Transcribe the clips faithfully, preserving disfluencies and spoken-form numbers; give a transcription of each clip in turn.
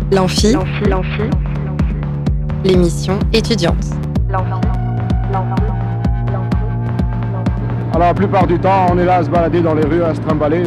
L'Amphi, l'émission étudiante. Alors la plupart du temps, on est là à se balader dans les rues, à se trimballer.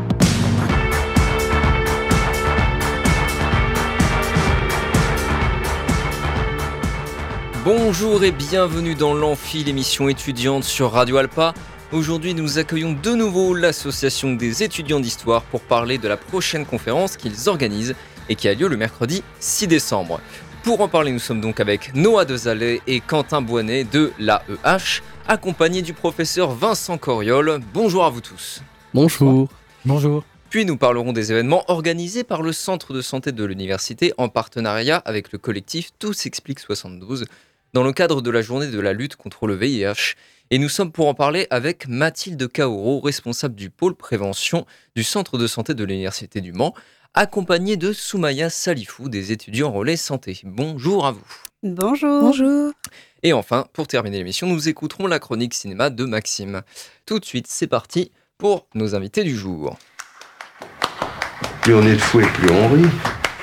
Bonjour et bienvenue dans l'Amphi, l'émission étudiante sur Radio Alpa. Aujourd'hui, nous accueillons de nouveau l'association des étudiants d'histoire pour parler de la prochaine conférence qu'ils organisent et qui a lieu le mercredi six décembre. Pour en parler, nous sommes donc avec Noah Dezallet et Quentin Boinet de l'A E H, accompagnés du professeur Vincent Coriol. Bonjour à vous tous. Bonjour. Bonjour. Puis nous parlerons des événements organisés par le centre de santé de l'université en partenariat avec le collectif Tout s'explique soixante-douze dans le cadre de la journée de la lutte contre le V I H. Et nous sommes pour en parler avec Mathilde Kaoro, responsable du pôle prévention du centre de santé de l'université du Mans, accompagnée de Soumaya Salifou des étudiants relais santé. Bonjour à vous. Bonjour. Bonjour. Et enfin, pour terminer l'émission, nous écouterons la chronique cinéma de Maxime. Tout de suite, c'est parti pour nos invités du jour. Plus on est de fou et plus on rit.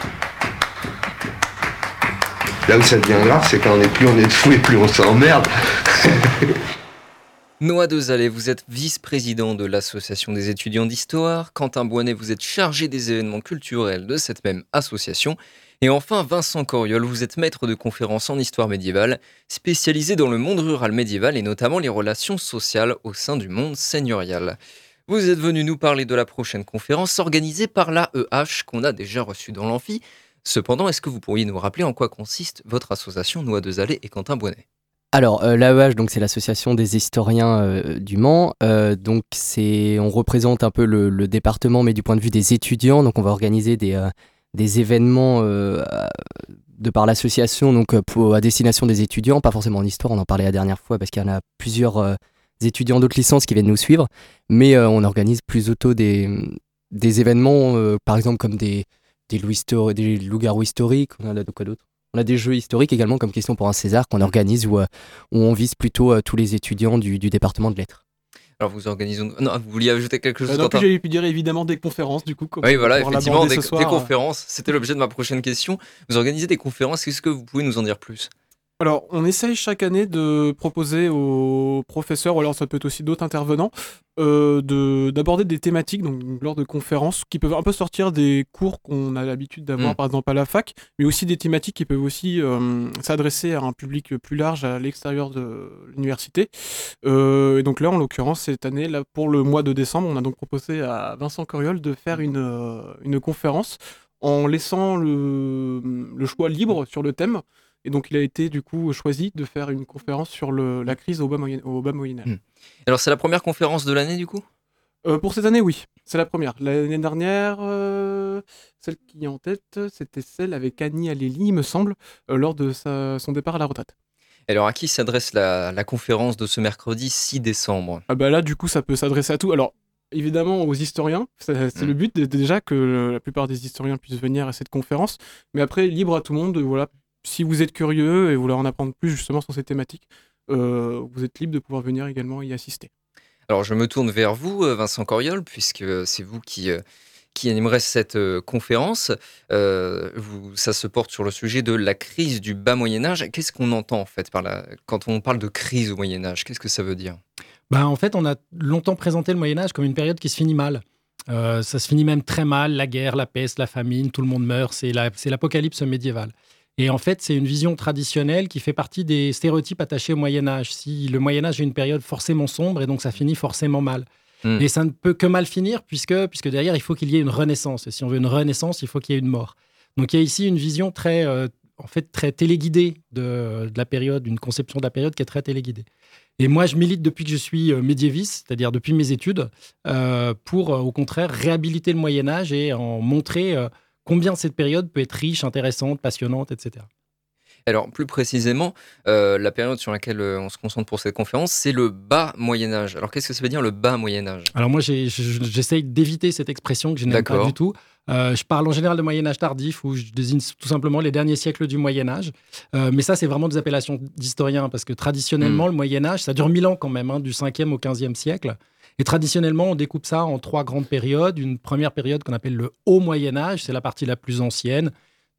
Là où ça devient grave, c'est quand on est plus on est de fou et plus on s'emmerde. Noah Dezallet, vous êtes vice-président de l'association des étudiants d'histoire. Quentin Boinet, vous êtes chargé des événements culturels de cette même association. Et enfin, Vincent Coriol, vous êtes maître de conférences en histoire médiévale, spécialisé dans le monde rural médiéval et notamment les relations sociales au sein du monde seigneurial. Vous êtes venus nous parler de la prochaine conférence organisée par l'A E H qu'on a déjà reçue dans l'Amphi. Cependant, est-ce que vous pourriez nous rappeler en quoi consiste votre association Noah Dezallet et Quentin Boinet ? Alors, euh, l'A E H, donc, c'est l'association des historiens euh, du Mans. Euh, donc, c'est, on représente un peu le, le département, mais du point de vue des étudiants. Donc, on va organiser des, euh, des événements euh, de par l'association donc, pour, à destination des étudiants, pas forcément en histoire, on en parlait la dernière fois, parce qu'il y en a plusieurs euh, étudiants d'autres licences qui viennent nous suivre. Mais euh, on organise plus auto des, des événements, euh, par exemple, comme des, des, loups histori- des loups-garous historiques. On a quoi d'autre ? On a des jeux historiques également comme Question pour un César qu'on organise où, euh, où on vise plutôt euh, tous les étudiants du, du département de lettres. Alors vous organisez... Non, vous vouliez ajouter quelque chose, euh, non, Quentin ? puis j'allais pu dire évidemment des conférences du coup. Comme oui, voilà, effectivement, des, soir, des conférences. C'était l'objet de ma prochaine question. Vous organisez des conférences, est-ce que vous pouvez nous en dire plus ? Alors, on essaye chaque année de proposer aux professeurs, ou alors ça peut être aussi d'autres intervenants, euh, de, d'aborder des thématiques donc, lors de conférences qui peuvent un peu sortir des cours qu'on a l'habitude d'avoir, mmh. par exemple à la fac, mais aussi des thématiques qui peuvent aussi euh, s'adresser à un public plus large à l'extérieur de l'université. Euh, et donc là, en l'occurrence, cette année, là, pour le mois de décembre, on a donc proposé à Vincent Coriol de faire une, euh, une conférence en laissant le, le choix libre sur le thème. Et donc, il a été du coup choisi de faire une conférence sur le, la crise au bas, moyen, au bas Moyen-Âge. Mmh. Alors, c'est la première conférence de l'année, du coup ? euh, Pour cette année, oui. C'est la première. L'année dernière, euh, celle qui est en tête, c'était celle avec Annie Aléli, il me semble, euh, lors de sa, son départ à la retraite. Alors, à qui s'adresse la, la conférence de ce mercredi six décembre ? Ah bah là, du coup, ça peut s'adresser à tout. Alors, évidemment, aux historiens. C'est, c'est mmh. le but, déjà, que la plupart des historiens puissent venir à cette conférence. Mais après, libre à tout le monde, voilà. Si vous êtes curieux et vous voulez en apprendre plus justement sur ces thématiques, euh, vous êtes libre de pouvoir venir également y assister. Alors je me tourne vers vous, Vincent Coriol, puisque c'est vous qui, euh, qui animerez cette euh, conférence. Euh, vous, ça se porte sur le sujet de la crise du bas Moyen-Âge. Qu'est-ce qu'on entend en fait par la... quand on parle de crise au Moyen-Âge ? Qu'est-ce que ça veut dire ? Ben, en fait, on a longtemps présenté le Moyen-Âge comme une période qui se finit mal. Euh, ça se finit même très mal, la guerre, la peste, la famine, tout le monde meurt, c'est, la, c'est l'apocalypse médiéval. Et en fait, c'est une vision traditionnelle qui fait partie des stéréotypes attachés au Moyen-Âge. Si le Moyen-Âge est une période forcément sombre et donc ça finit forcément mal. Mmh. Et ça ne peut que mal finir puisque, puisque derrière, il faut qu'il y ait une renaissance. Et si on veut une renaissance, il faut qu'il y ait une mort. Donc il y a ici une vision très, euh, en fait, très téléguidée de, de la période, une conception de la période qui est très téléguidée. Et moi, je milite depuis que je suis médiéviste, c'est-à-dire depuis mes études, euh, pour, euh, au contraire, réhabiliter le Moyen-Âge et en montrer... Euh, combien cette période peut être riche, intéressante, passionnante, et cetera. Alors, plus précisément, euh, la période sur laquelle on se concentre pour cette conférence, c'est le bas Moyen-Âge. Alors, qu'est-ce que ça veut dire, le bas Moyen-Âge ? Alors, moi, j'ai, j'essaye d'éviter cette expression que je n'aime D'accord. pas du tout. Euh, je parle en général de Moyen-Âge tardif, où je désigne tout simplement les derniers siècles du Moyen-Âge. Euh, mais ça, c'est vraiment des appellations d'historiens, parce que traditionnellement, mmh. le Moyen-Âge, ça dure mille ans quand même, hein, du cinquième au quinzième siècle. Et traditionnellement, on découpe ça en trois grandes périodes. Une première période qu'on appelle le Haut Moyen-Âge, c'est la partie la plus ancienne,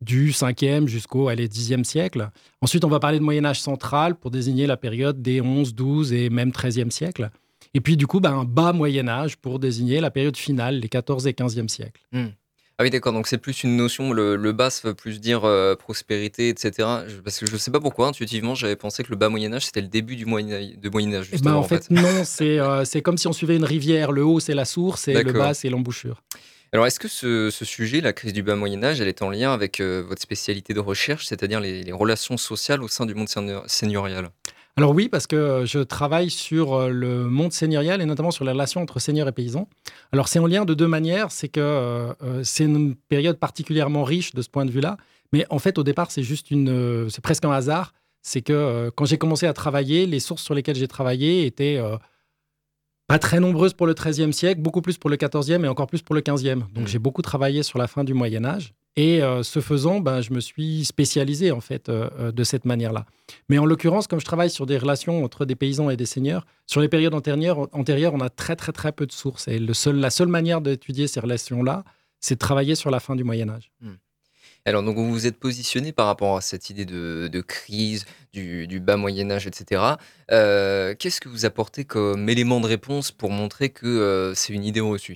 du cinquième jusqu'au allez, dixième siècle. Ensuite, on va parler de Moyen-Âge central pour désigner la période des onze, douze et même treizième siècle. Et puis, du coup, bah, un bas Moyen-Âge pour désigner la période finale, les quatorzième et quinzième siècles. Hmm. Ah oui, d'accord, donc c'est plus une notion, le, le bas, ça veut plus dire euh, prospérité, et cetera. Je- parce que je sais pas pourquoi, intuitivement, j'avais pensé que le bas Moyen-Âge, c'était le début du Moyen- de Moyen-Âge, Et ben, justement, en en fait, fait. non, c'est euh, c'est comme si on suivait une rivière. Le haut, c'est la source et le D'accord. bas, c'est l'embouchure. Alors, est-ce que ce, ce sujet, la crise du bas Moyen-Âge, elle est en lien avec euh, votre spécialité de recherche, c'est-à-dire les, les relations sociales au sein du monde seigneurial seigneurial? Alors oui, parce que euh, je travaille sur euh, le monde seigneurial et notamment sur les relations entre seigneurs et paysans. Alors c'est en lien de deux manières, c'est que euh, euh, c'est une période particulièrement riche de ce point de vue-là, mais en fait au départ c'est juste une, euh, c'est presque un hasard. C'est que euh, quand j'ai commencé à travailler, les sources sur lesquelles j'ai travaillé étaient euh, pas très nombreuses pour le treizième siècle, beaucoup plus pour le quatorzième et encore plus pour le quinzième. Donc Mm. j'ai beaucoup travaillé sur la fin du Moyen Âge. Et euh, ce faisant, ben, je me suis spécialisé en fait euh, euh, de cette manière-là. Mais en l'occurrence, comme je travaille sur des relations entre des paysans et des seigneurs, sur les périodes antérieures, antérieures on a très très très peu de sources. Et le seul, la seule manière d'étudier ces relations-là, c'est de travailler sur la fin du Moyen Âge. Alors, donc, vous vous êtes positionné par rapport à cette idée de, de crise, du, du bas Moyen-Âge, et cetera. Euh, Qu'est-ce que vous apportez comme élément de réponse pour montrer que euh, c'est une idée reçue?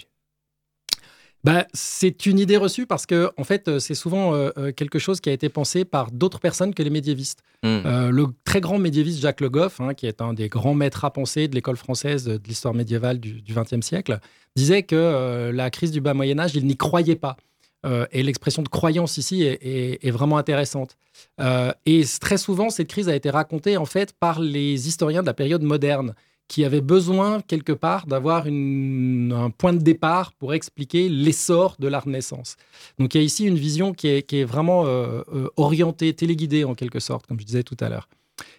Bah, c'est une idée reçue parce que, en fait, euh, c'est souvent euh, euh, quelque chose qui a été pensé par d'autres personnes que les médiévistes. Hmm. Euh, le très grand médiéviste Jacques Le Goff, hein, qui est un des grands maîtres à penser de l'école française de l'histoire médiévale du vingtième siècle, disait que euh, la crise du bas Moyen-Âge, il n'y croyait pas. Euh, et l'expression de croyance ici est, est- est vraiment intéressante. Euh, et c- très souvent, cette crise a été racontée en fait par les historiens de la période moderne, qui avaient besoin quelque part d'avoir une- un point de départ pour expliquer l'essor de la Renaissance. Donc il y a ici une vision qui est, qui est vraiment euh, euh, orientée, téléguidée en quelque sorte, comme je disais tout à l'heure.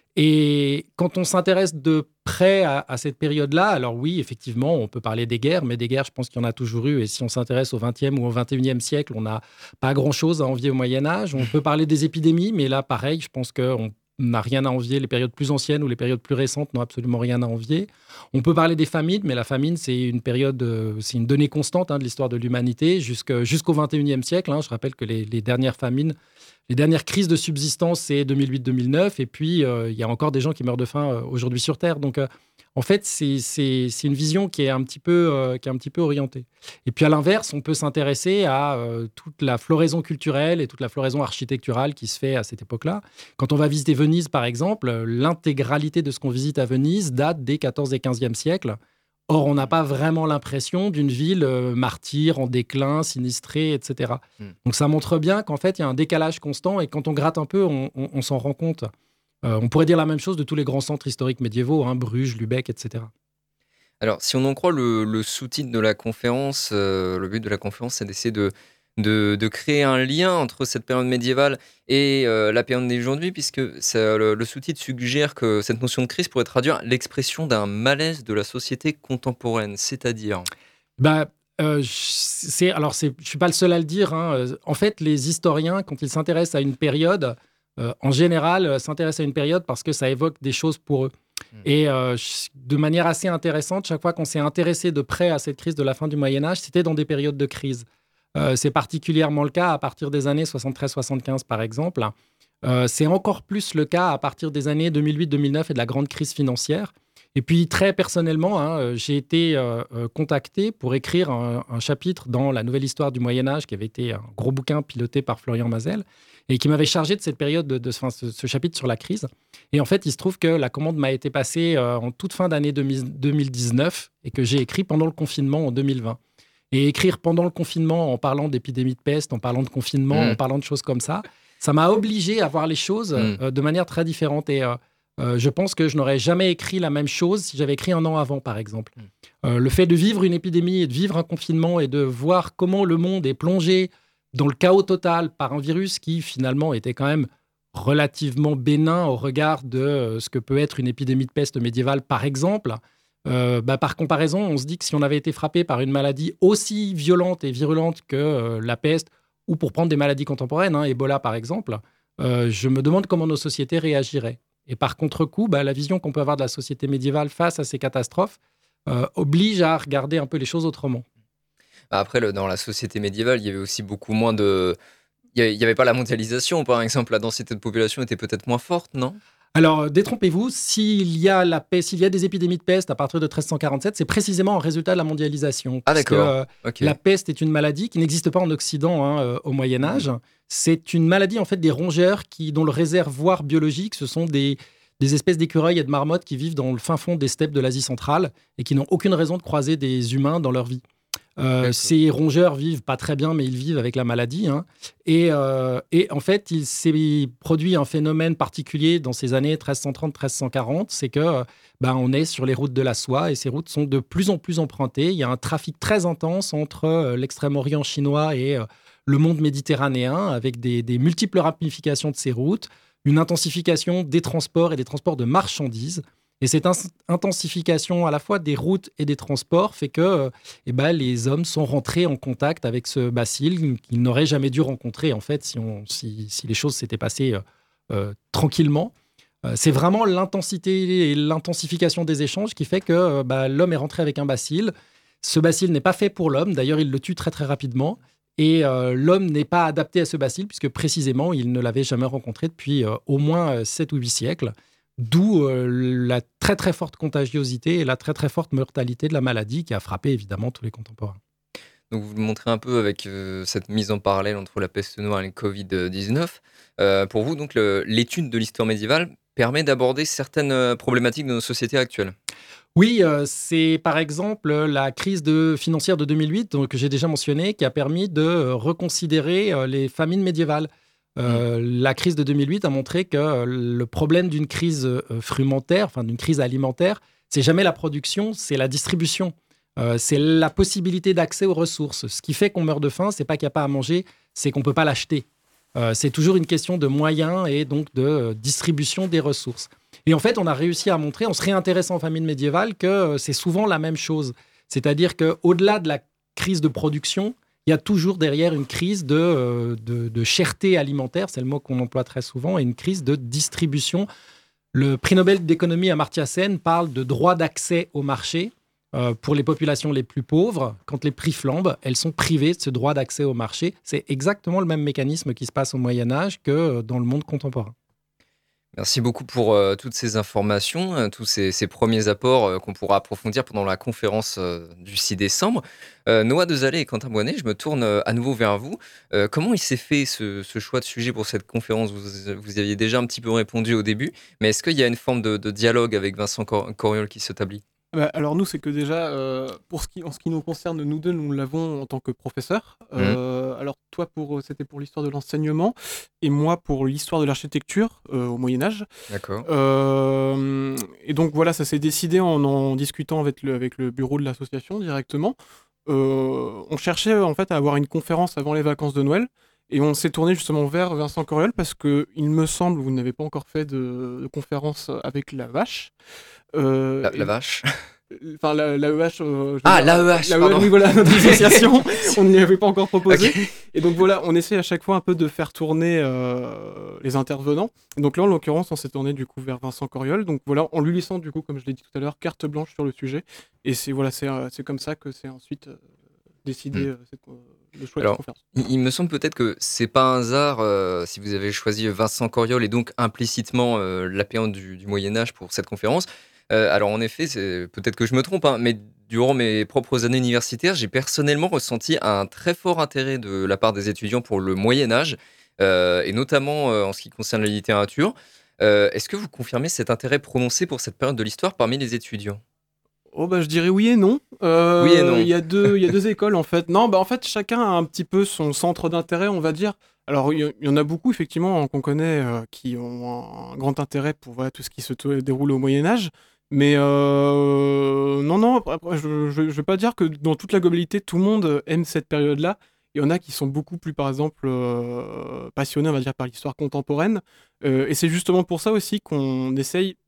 Et quand on s'intéresse de près à, à cette période-là, alors oui, effectivement, on peut parler des guerres, mais des guerres, je pense qu'il y en a toujours eu. Et si on s'intéresse au vingtième ou au vingt et unième siècle, on n'a pas grand-chose à envier au Moyen Âge. On peut parler des épidémies, mais là, pareil, je pense qu'on n'a rien à envier. Les périodes plus anciennes ou les périodes plus récentes n'ont absolument rien à envier. On peut parler des famines, mais la famine, c'est une période, euh, c'est une donnée constante hein, de l'histoire de l'humanité jusque- jusqu'au vingt et unième siècle. hein. Je rappelle que les, les dernières famines, les dernières crises de subsistance, c'est deux mille huit deux mille neuf. Et puis, euh, il y a encore des gens qui meurent de faim euh, aujourd'hui sur Terre. Donc, euh, en fait, c'est c'est- c'est une vision qui est, un petit peu, euh, qui est un petit peu orientée. Et puis, à l'inverse, on peut s'intéresser à euh, toute la floraison culturelle et toute la floraison architecturale qui se fait à cette époque-là. Quand on va visiter Venise, par exemple, euh, l'intégralité de ce qu'on visite à Venise date des quatorzième et quinzième siècles. Or, on n'a pas vraiment l'impression d'une ville euh, martyre, en déclin, sinistrée, et cetera. Mm. Donc ça montre bien qu'en fait, il y a un décalage constant et quand on gratte un peu, on, on- on s'en rend compte. Euh, on pourrait dire la même chose de tous les grands centres historiques médiévaux, hein, Bruges, Lübeck, et cetera. Alors, si on en croit le, le sous-titre de la conférence, euh, le but de la conférence, c'est d'essayer de, de, de créer un lien entre cette période médiévale et euh, la période d'aujourd'hui, puisque ça- le, le sous-titre suggère que cette notion de crise pourrait traduire l'expression d'un malaise de la société contemporaine, c'est-à-dire... Bah, euh, c'est, alors, c'est, je ne suis pas le seul à le dire. hein. Euh, En fait, les historiens, quand ils s'intéressent à une période, euh, en général, euh, s'intéressent à une période parce que ça évoque des choses pour eux. Mm. Et euh, ch- de manière assez intéressante, chaque fois qu'on s'est intéressé de près à cette crise de la fin du Moyen Âge, c'était dans des périodes de crise. Euh, c'est particulièrement le cas à partir des années soixante-treize soixante-quinze, par exemple. Euh, c'est encore plus le cas à partir des années deux mille huit deux mille neuf et de la grande crise financière. Et puis, très personnellement, hein, euh, j'ai été euh, euh, contacté pour écrire un, un chapitre dans la Nouvelle Histoire du Moyen Âge, qui avait été un gros bouquin piloté par Florian Mazel, et qui m'avait chargé de cette période, de, de- enfin, ce, ce chapitre sur la crise. Et en fait, il se trouve que la commande m'a été passée euh, en toute fin d'année deux mille dix-neuf et que j'ai écrit pendant le confinement en deux mille vingt. Et écrire pendant le confinement en parlant d'épidémie de peste, en parlant de confinement, Mm. en parlant de choses comme ça, ça m'a obligé à voir les choses Mm. euh, de manière très différente. Et euh, euh, je pense que je n'aurais jamais écrit la même chose si j'avais écrit un an avant, par exemple. Mm. Euh, le fait de vivre une épidémie et de vivre un confinement et de voir comment le monde est plongé dans le chaos total par un virus qui, finalement, était quand même relativement bénin au regard de euh, ce que peut être une épidémie de peste médiévale, par exemple. Euh, bah, par comparaison, on se dit que si on avait été frappé par une maladie aussi violente et virulente que euh, la peste, ou pour prendre des maladies contemporaines, hein, Ebola par exemple, euh, je me demande comment nos sociétés réagiraient. Et par contre-coup, bah, la vision qu'on peut avoir de la société médiévale face à ces catastrophes euh, oblige à regarder un peu les choses autrement. Après, le- dans la société médiévale, il y avait aussi beaucoup moins de... il n'y avait pas la mondialisation, par exemple, la densité de population était peut-être moins forte, non? Alors, détrompez-vous, s'il y a la peste, s'il y a des épidémies de peste à partir de treize cent quarante-sept, c'est précisément un résultat de la mondialisation. Ah, Puisque, d'accord. euh, Ok. la peste est une maladie qui n'existe pas en Occident hein, euh, au Moyen Âge. C'est une maladie en fait des rongeurs qui, dont le réservoir biologique, ce sont des, des espèces d'écureuils et de marmottes qui vivent dans le fin fond des steppes de l'Asie centrale et qui n'ont aucune raison de croiser des humains dans leur vie. Euh, ces rongeurs vivent pas très bien, mais ils vivent avec la maladie. Hein. Et, euh, et en fait, il s'est produit un phénomène particulier dans ces années treize cent trente treize cent quarante, c'est que euh, ben, on est sur les routes de la soie et ces routes sont de plus en plus empruntées. Il y a un trafic très intense entre euh, l'extrême-orient chinois et euh, le monde méditerranéen, avec des, des multiples ramifications de ces routes, une intensification des transports et des transports de marchandises. Et cette ins- intensification à la fois des routes et des transports fait que euh, eh ben, les hommes sont rentrés en contact avec ce bacille qu'ils n'auraient jamais dû rencontrer en fait si, on, si, si les choses s'étaient passées euh, euh, tranquillement. Euh, c'est vraiment l'intensité et l'intensification des échanges qui fait que euh, bah, l'homme est rentré avec un bacille. Ce bacille n'est pas fait pour l'homme, d'ailleurs il le tue très très rapidement. Et euh, l'homme n'est pas adapté à ce bacille puisque précisément il ne l'avait jamais rencontré depuis euh, au moins sept ou huit siècles. D'où euh, la très très forte contagiosité et la très très forte mortalité de la maladie qui a frappé évidemment tous les contemporains. Donc vous le montrez un peu avec euh, cette mise en parallèle entre la peste noire et le covid dix-neuf. Euh, pour vous, donc, le- l'étude de l'histoire médiévale permet d'aborder certaines euh, problématiques de nos sociétés actuelles. Oui, euh, c'est par exemple la crise de, financière de deux mille huit donc, que j'ai déjà mentionné qui a permis de euh, reconsidérer euh, les famines médiévales. Euh, La crise de deux mille huit a montré que euh, le problème d'une crise euh, frumentaire, enfin d'une crise alimentaire, c'est jamais la production, c'est la distribution. Euh, c'est la possibilité d'accès aux ressources. Ce qui fait qu'on meurt de faim, c'est pas qu'il n'y a pas à manger, c'est qu'on peut pas l'acheter. Euh, c'est toujours une question de moyens et donc de euh, distribution des ressources. Et en fait, on a réussi à montrer, en se réintéressant aux famines médiévales, que euh, c'est souvent la même chose. C'est-à-dire qu'au-delà de la crise de production, il y a toujours derrière une crise de, euh, de, de cherté alimentaire, c'est le mot qu'on emploie très souvent, et une crise de distribution. Le prix Nobel d'économie Amartya Sen parle de droit d'accès au marché. Euh, pour les populations les plus pauvres, quand les prix flambent, elles sont privées de ce droit d'accès au marché. C'est exactement le même mécanisme qui se passe au Moyen-Âge que euh, dans le monde contemporain. Merci beaucoup pour euh, toutes ces informations, euh, tous ces, ces premiers apports euh, qu'on pourra approfondir pendant la conférence euh, du six décembre. Euh, Noah Dezallet et Quentin Boinet, je me tourne euh, à nouveau vers vous. Euh, comment il s'est fait ce, ce choix de sujet pour cette conférence? Vous, vous aviez déjà un petit peu répondu au début, mais est-ce qu'il y a une forme de, de dialogue avec Vincent Cor- Coriol qui s'établit? Bah, alors nous, c'est que déjà, euh, pour ce qui, en ce qui nous concerne, nous deux, nous l'avons en tant que professeurs. Euh, Alors toi, pour, c'était pour l'histoire de l'enseignement, et moi pour l'histoire de l'architecture euh, au Moyen-Âge. D'accord. Euh, et donc voilà, ça s'est décidé en en discutant avec le, avec le bureau de l'association directement. Euh, on cherchait en fait à avoir une conférence avant les vacances de Noël. Et on s'est tourné justement vers Vincent Coriol parce que il me semble, vous n'avez pas encore fait de, de conférence avec la vache. Euh, La, la et- vache. Enfin, la, l'A E H. euh, je veux Ah, dire, l'A E H, l'A E H, pardon. oui, voilà, notre association. On n'y avait pas encore proposé. Ok. Et donc voilà, on essaie à chaque fois un peu de faire tourner euh, les intervenants. Et donc là, en l'occurrence, on s'est tourné du coup vers Vincent Coriol. Donc voilà, en lui laissant du coup, comme je l'ai dit tout à l'heure, carte blanche sur le sujet. Et c'est voilà, c'est euh, c'est comme ça que c'est ensuite euh, décidé Hmm. euh, cette, euh, le choix Alors, de cette conférence. Il, il me semble peut-être que c'est pas un hasard euh, si vous avez choisi Vincent Coriol et donc implicitement euh, la période du, du Moyen Âge pour cette conférence. Euh, alors en effet, c'est peut-être que je me trompe, hein, mais durant mes propres années universitaires, j'ai personnellement ressenti un très fort intérêt de la part des étudiants pour le Moyen Âge, euh, et notamment euh, en ce qui concerne la littérature. Euh, Est-ce que vous confirmez cet intérêt prononcé pour cette période de l'histoire parmi les étudiants? Oh bah je dirais oui et non. Euh, Oui et non. Il y a deux, il y a deux écoles en fait. Non, bah en fait chacun a un petit peu son centre d'intérêt, on va dire. Alors il y, il y en a beaucoup effectivement hein, qu'on connaît euh, qui ont un grand intérêt pour voilà, tout ce qui se t- déroule au Moyen Âge. Mais euh, non, non, après, après, je, je, je vais pas dire que dans toute la globalité tout le monde aime cette période-là. Il y en a qui sont beaucoup plus par exemple euh, passionnés, on va dire, par l'histoire contemporaine. Euh, et c'est justement pour ça aussi qu'on essaye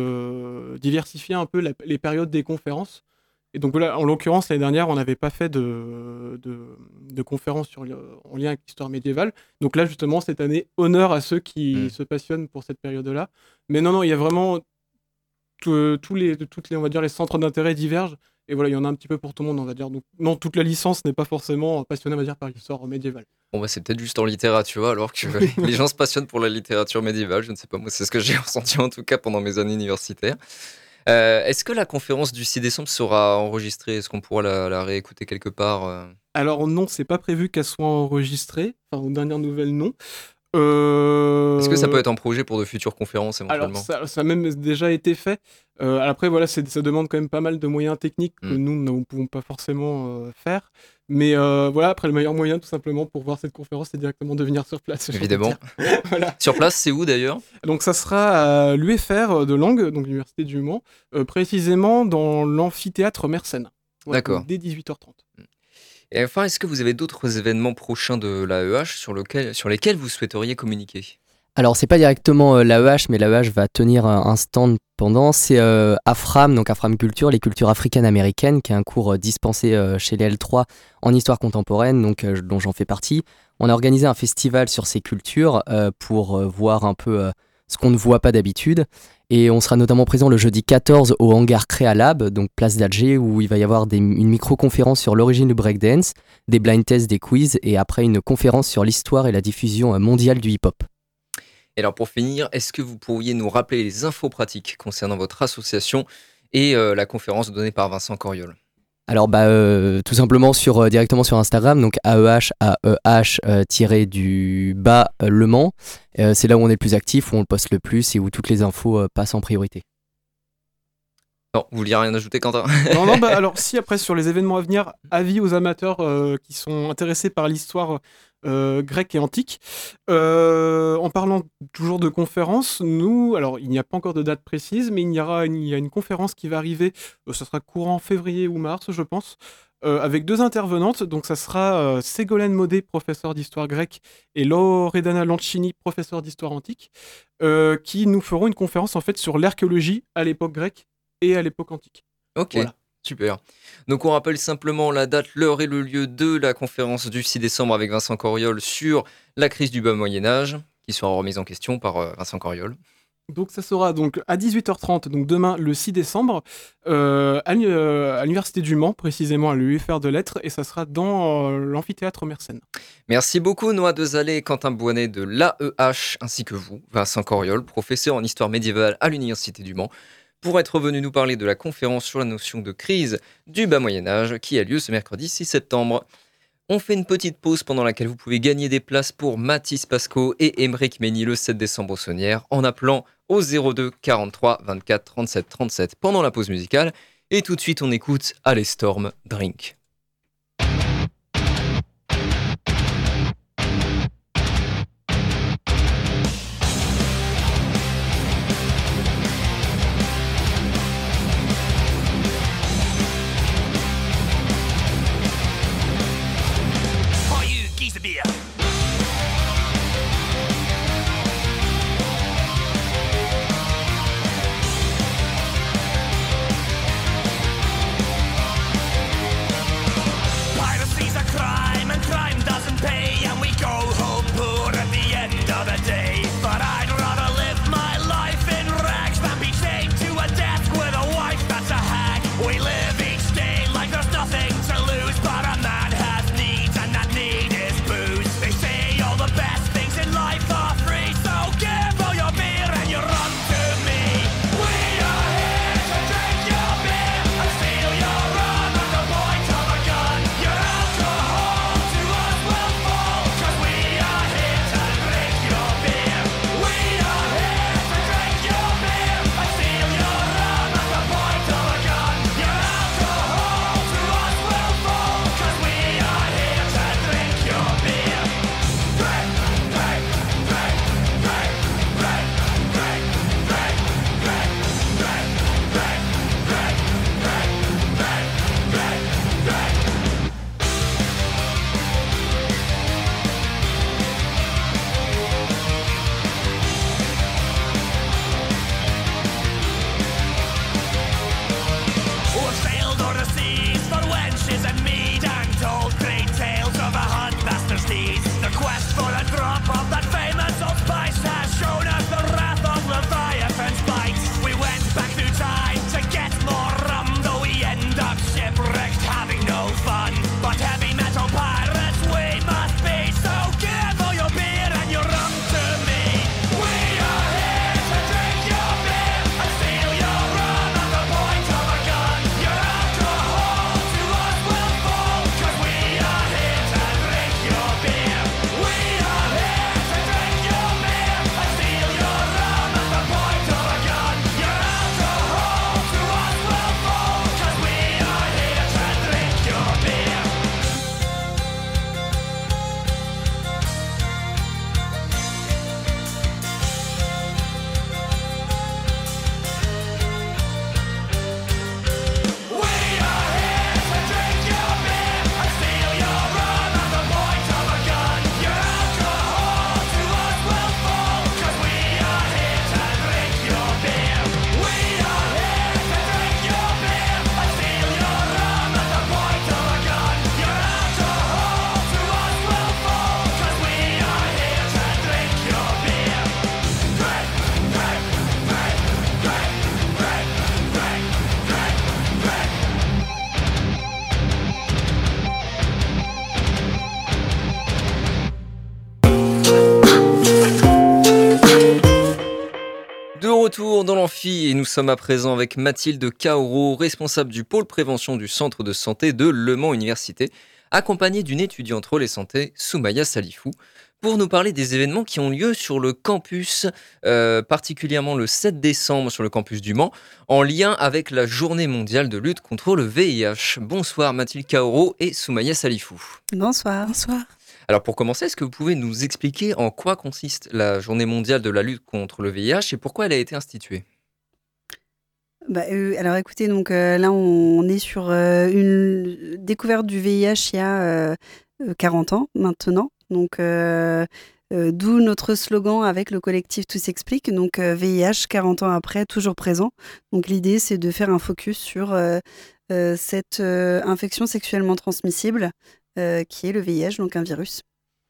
de diversifier un peu la- les périodes des conférences. Et donc voilà, en l'occurrence, l'année dernière, on n'avait pas fait de, de, de conférence sur, le- en lien avec l'histoire médiévale. Donc là, justement, cette année, honneur à ceux qui Mm. se passionnent pour cette période-là. Mais non, non, il y a vraiment tout- tous les, toutes les, on va dire, les centres d'intérêt divergent. Et voilà, il y en a un petit peu pour tout le monde, on va dire. Donc, non, toute la licence n'est pas forcément passionnée, on va dire, par l'histoire médiévale. Bon, bah, c'est peut-être juste en littérature, alors que les gens se passionnent pour la littérature médiévale. Je ne sais pas, moi, c'est ce que j'ai ressenti en tout cas pendant mes années universitaires. Euh, est-ce que la conférence du six décembre sera enregistrée? Est-ce qu'on pourra la, la réécouter quelque part euh Alors, non, c'est pas prévu qu'elle soit enregistrée. Enfin, aux dernières nouvelles, non. Euh... Est-ce que ça peut être un projet pour de futures conférences éventuellement? Alors, ça, ça a même déjà été fait. Euh, après, voilà, c'est, ça demande quand même pas mal de moyens techniques que Mm. nous ne pouvons pas forcément euh, faire. Mais euh, voilà, après, le meilleur moyen, tout simplement, pour voir cette conférence, c'est directement de venir sur place. j'ai envie de Évidemment. dire. Voilà. Sur place, c'est où d'ailleurs? Donc, ça sera à l'U F R de Langue, donc l'Université du Mans, euh, précisément dans l'amphithéâtre Mersenne. Voilà, D'accord. donc dès dix-huit heures trente. Et enfin, est-ce que vous avez d'autres événements prochains de l'A E H sur, lequel, sur lesquels vous souhaiteriez communiquer? Alors, c'est pas directement euh, l'A E H, mais l'A E H va tenir un, un stand pendant. C'est euh, AFRAM, donc AFRAM Culture, les cultures africaines-américaines, qui est un cours euh, dispensé euh, chez les L trois en histoire contemporaine, donc, euh, dont j'en fais partie. On a organisé un festival sur ces cultures euh, pour euh, voir un peu euh, ce qu'on ne voit pas d'habitude. Et on sera notamment présent le jeudi quatorze au hangar Créalab, donc place d'Alger, où il va y avoir des, une micro-conférence sur l'origine du breakdance, des blind tests, des quiz, et après une conférence sur l'histoire et la diffusion euh, mondiale du hip-hop. Et alors pour finir, est-ce que vous pourriez nous rappeler les infos pratiques concernant votre association et euh, la conférence donnée par Vincent Coriol? Alors bah euh, tout simplement sur euh, directement sur Instagram, donc A E H A E H euh, tiré du bas euh, Le Mans. Euh, c'est là où on est le plus actif, où on le poste le plus et où toutes les infos euh, passent en priorité. Non, vous vouliez rien ajouter, Quentin? Non, non, bah alors si après sur les événements à venir, avis aux amateurs euh, qui sont intéressés par l'histoire euh, grecque et antique. Euh, en parlant toujours de conférences, nous, alors il n'y a pas encore de date précise, mais il y aura une, il y a une conférence qui va arriver, euh, ça sera courant février ou mars, je pense, euh, avec deux intervenantes. Donc ça sera euh, Ségolène Modé, professeur d'histoire grecque, et Loredana Lancini, professeur d'histoire antique, euh, qui nous feront une conférence en fait sur l'archéologie à l'époque grecque et à l'époque antique. Ok, Voilà. super. Donc on rappelle simplement la date, l'heure et le lieu de la conférence du six décembre avec Vincent Coriol sur la crise du bas Moyen-Âge, qui sera remise en question par euh, Vincent Coriol. Donc ça sera donc à dix-huit heures trente, donc demain le six décembre, euh, à, l'u- euh, à l'Université du Mans, précisément à l'U F R de Lettres, et ça sera dans euh, l'amphithéâtre Mersenne. Merci beaucoup Noah Dezalé et Quentin Bouanet de l'A E H, ainsi que vous, Vincent Coriol, professeur en histoire médiévale à l'Université du Mans, pour être venu nous parler de la conférence sur la notion de crise du bas Moyen-Âge qui a lieu ce mercredi six septembre. On fait une petite pause pendant laquelle vous pouvez gagner des places pour Mathis Pasco et Émeric Mény le sept décembre au Saunière en appelant au zéro deux quarante-trois vingt-quatre trente-sept trente-sept pendant la pause musicale. Et tout de suite, on écoute Allez Storm Drink. Are you geese a beer? Piracy's a crime and crime doesn't pay, and we go home poor at the end of the day. But I'd rather live my life in rags than be chained to a desk with a wife that's a hag. We live each day like there's nothing to lose, but a man has needs and that need is booze. They say all the best things in life are free, so give all your beer and your rum to me. We are here to drink your beer and steal your rum at the point of a gun. Your alcohol to us will fall, 'cause we are here to drink your beer. We are here to drink your beer and steal your rum at the point of a gun. Your alcohol to us will fall, 'cause we are here to drink your beer. Drink, drink, drink, drink, drink, drink, drink, drink, drink, drink, drink, drink, drink, drink, drink. We've sailed o'er the seas for wenches and mead, and told great tales of a huntmaster's deeds. The quest for a drop of that famous old spice has shown us the wrath of Leviathan's bite. We went back through time to get more rum, though we end up sharing retour dans l'amphi et nous sommes à présent avec Mathilde Kaoro, responsable du pôle prévention du centre de santé de Le Mans Université, accompagnée d'une étudiante relais santé, Soumaya Salifou, pour nous parler des événements qui ont lieu sur le campus, euh, particulièrement le sept décembre sur le campus du Mans, en lien avec la journée mondiale de lutte contre le V I H. Bonsoir Mathilde Kaoro et Soumaya Salifou. Bonsoir. Bonsoir. Alors pour commencer, est-ce que vous pouvez nous expliquer en quoi consiste la journée mondiale de la lutte contre le V I H et pourquoi elle a été instituée ? Bah, euh, alors écoutez, donc euh, là on est sur euh, une découverte du V I H il y a euh, quarante ans maintenant. Donc euh, euh, d'où notre slogan avec le collectif Tout s'explique. Donc euh, V I H quarante ans après, toujours présent. Donc l'idée c'est de faire un focus sur euh, euh, cette euh, infection sexuellement transmissible euh, qui est le V I H, donc un virus.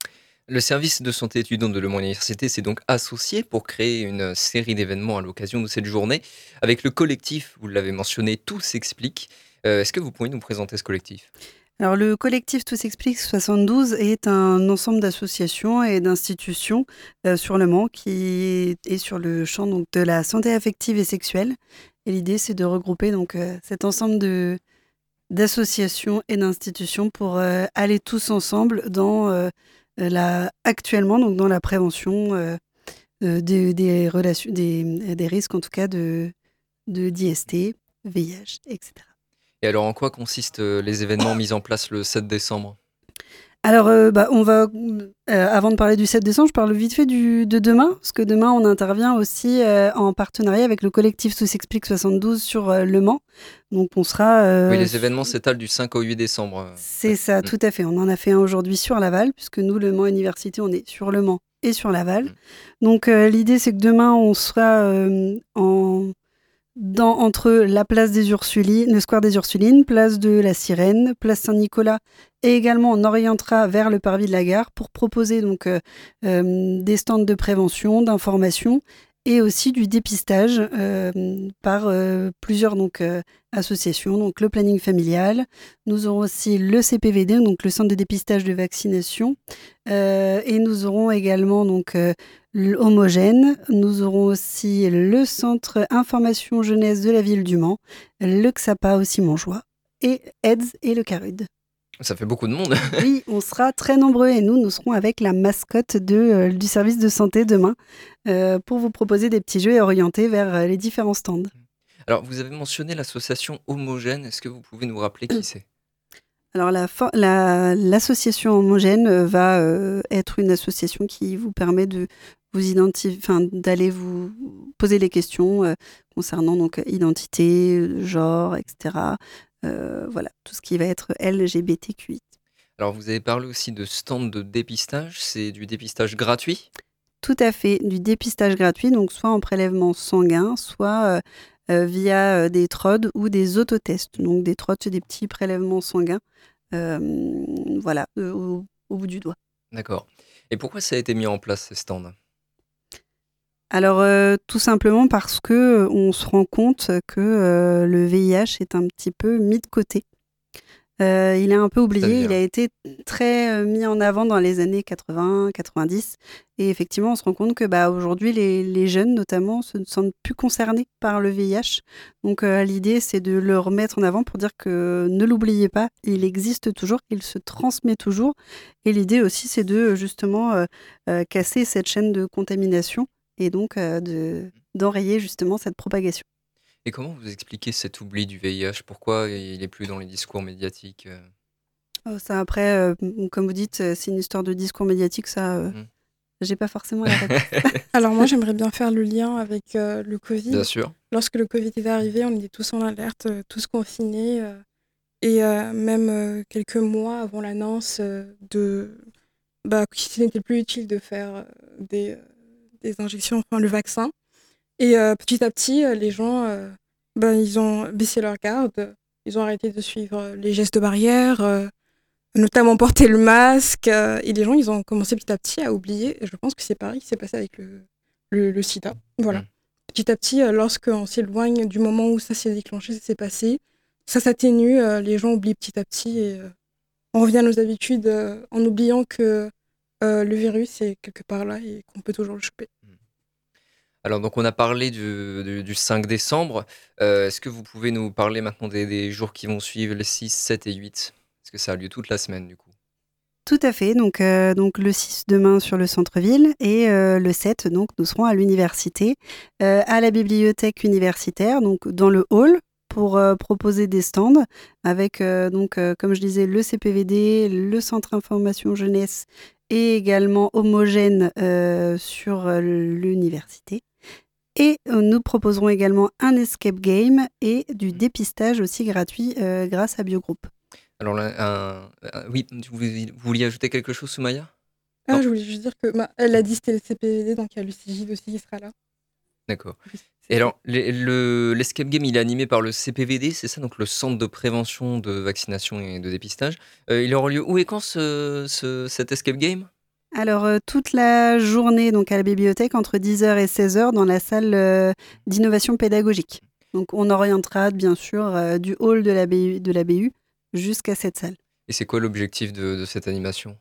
Le service de santé étudiante de Le Mans Université s'est donc associé pour créer une série d'événements à l'occasion de cette journée avec le collectif, vous l'avez mentionné, Tout s'explique. Euh, est-ce que vous pouvez nous présenter ce collectif ? Alors, le collectif Tout s'explique soixante-douze est un ensemble d'associations et d'institutions euh, sur Le Mans qui est sur le champ donc, de la santé affective et sexuelle. Et l'idée, c'est de regrouper donc, euh, cet ensemble de, d'associations et d'institutions pour euh, aller tous ensemble dans, euh, la, actuellement donc, dans la prévention euh, euh, des, des, relations, des, des risques, en tout cas, de, de d'I S T, V I H, et cetera. Et alors, en quoi consistent les événements mis en place le sept décembre ? Alors, euh, bah, on va, euh, avant de parler du sept décembre, je parle vite fait du, de demain, parce que demain, on intervient aussi euh, en partenariat avec le collectif Tout s'explique soixante-douze sur euh, Le Mans. Donc, on sera... Euh, oui, les événements s'étalent du cinq au huit décembre. C'est ça, tout à fait. On en a fait un aujourd'hui sur Laval, puisque nous, Le Mans Université, on est sur Le Mans et sur Laval. Mmh. Donc, euh, l'idée, c'est que demain, on sera euh, en... Dans, entre la place des Ursulines, le square des Ursulines, place de la Sirène, place Saint-Nicolas, et également on orientera vers le parvis de la gare pour proposer donc euh, euh, des stands de prévention, d'information et aussi du dépistage euh, par euh, plusieurs donc euh, associations, donc le planning familial. Nous aurons aussi le C P V D, donc le centre de dépistage de vaccination, euh, et nous aurons également donc euh, Homogène. Nous aurons aussi le centre information jeunesse de la ville du Mans, le X A P A aussi Montjoie, et E D S et le CARUD. Ça fait beaucoup de monde. Oui, on sera très nombreux et nous, nous serons avec la mascotte de, euh, du service de santé demain euh, pour vous proposer des petits jeux et orienter vers euh, les différents stands. Alors, vous avez mentionné l'association Homogène. Est-ce que vous pouvez nous rappeler qui c'est ? Alors, la for- la, l'association Homogène va euh, être une association qui vous permet de vous identifier, enfin, d'aller vous poser les questions euh, concernant donc identité, genre, et cetera. Euh, voilà, tout ce qui va être L G B T Q I. Alors, vous avez parlé aussi de stand de dépistage. C'est du dépistage gratuit ? Tout à fait, du dépistage gratuit, donc soit en prélèvement sanguin, soit euh, euh, via euh, des T R O D ou des autotests. Donc des T R O D, c'est des petits prélèvements sanguins, euh, voilà, euh, au, au bout du doigt. D'accord. Et pourquoi ça a été mis en place, ces stands ? Alors, euh, tout simplement parce que euh, on se rend compte que euh, le V I H est un petit peu mis de côté. Euh, il est un peu oublié, il a été très euh, mis en avant dans les années quatre-vingts quatre-vingt-dix. Et effectivement, on se rend compte que bah, aujourd'hui, les, les jeunes, notamment, se ne sentent plus concernés par le V I H. Donc, euh, l'idée, c'est de le remettre en avant pour dire que ne l'oubliez pas, il existe toujours, il se transmet toujours. Et l'idée aussi, c'est de justement euh, euh, casser cette chaîne de contamination et donc euh, de, d'enrayer justement cette propagation. Et comment vous expliquez cet oubli du V I H ? Pourquoi il n'est plus dans les discours médiatiques ? oh, Ça après, euh, comme vous dites, c'est une histoire de discours médiatique, ça, euh, mmh. j'ai pas forcément la réponse. Alors moi, j'aimerais bien faire le lien avec euh, le Covid. Bien sûr. Lorsque le Covid est arrivé, on était tous en alerte, euh, tous confinés, euh, et euh, même euh, quelques mois avant l'annonce euh, de bah, qu'il n'était plus utile de faire euh, des, euh, des injections, enfin le vaccin. Et euh, petit à petit, euh, les gens, euh, ben, ils ont baissé leur garde, ils ont arrêté de suivre les gestes barrières, euh, notamment porter le masque, euh, et les gens, ils ont commencé petit à petit à oublier. Et je pense que c'est pareil qui s'est passé avec le, le, le sida. Voilà. Mmh. Petit à petit, euh, lorsqu'on s'éloigne du moment où ça s'est déclenché, ça s'est passé, ça s'atténue, euh, les gens oublient petit à petit, et euh, on revient à nos habitudes euh, en oubliant que euh, le virus est quelque part là et qu'on peut toujours le choper. Alors donc on a parlé du, du- du cinq décembre. Euh, est-ce que vous pouvez nous parler maintenant des, des jours qui vont suivre, les six, sept et huit? Parce que ça a lieu toute la semaine du coup. Tout à fait. Donc, euh, donc le six demain sur le centre-ville et euh, le sept, donc nous serons à l'université, euh, à la bibliothèque universitaire, donc dans le hall pour euh, proposer des stands avec, euh, donc, euh, comme je disais, le C P V D, le Centre Information Jeunesse et également Homogène euh, sur euh, l'université. Et euh, nous proposerons également un escape game et du dépistage aussi gratuit euh, grâce à Biogroup. Alors là, un- un- oui, vous, vous vouliez ajouter quelque chose, Soumaya? Ah, Non. je voulais juste dire que bah, elle a dit c'était le C P V D, donc il y a le C G I D aussi qui sera là. D'accord. C'est Et alors, les- le- l'escape game, il est animé par le C P V D, c'est ça, donc le Centre de prévention de vaccination et de dépistage. Euh, il aura lieu où et quand ce, ce- cet escape game? Alors, euh, toute la journée donc à la bibliothèque, entre dix heures et seize heures, dans la salle euh, d'innovation pédagogique. Donc, on orientera bien sûr euh, du hall de la B U, de la B U jusqu'à cette salle. Et c'est quoi l'objectif de, de cette animation?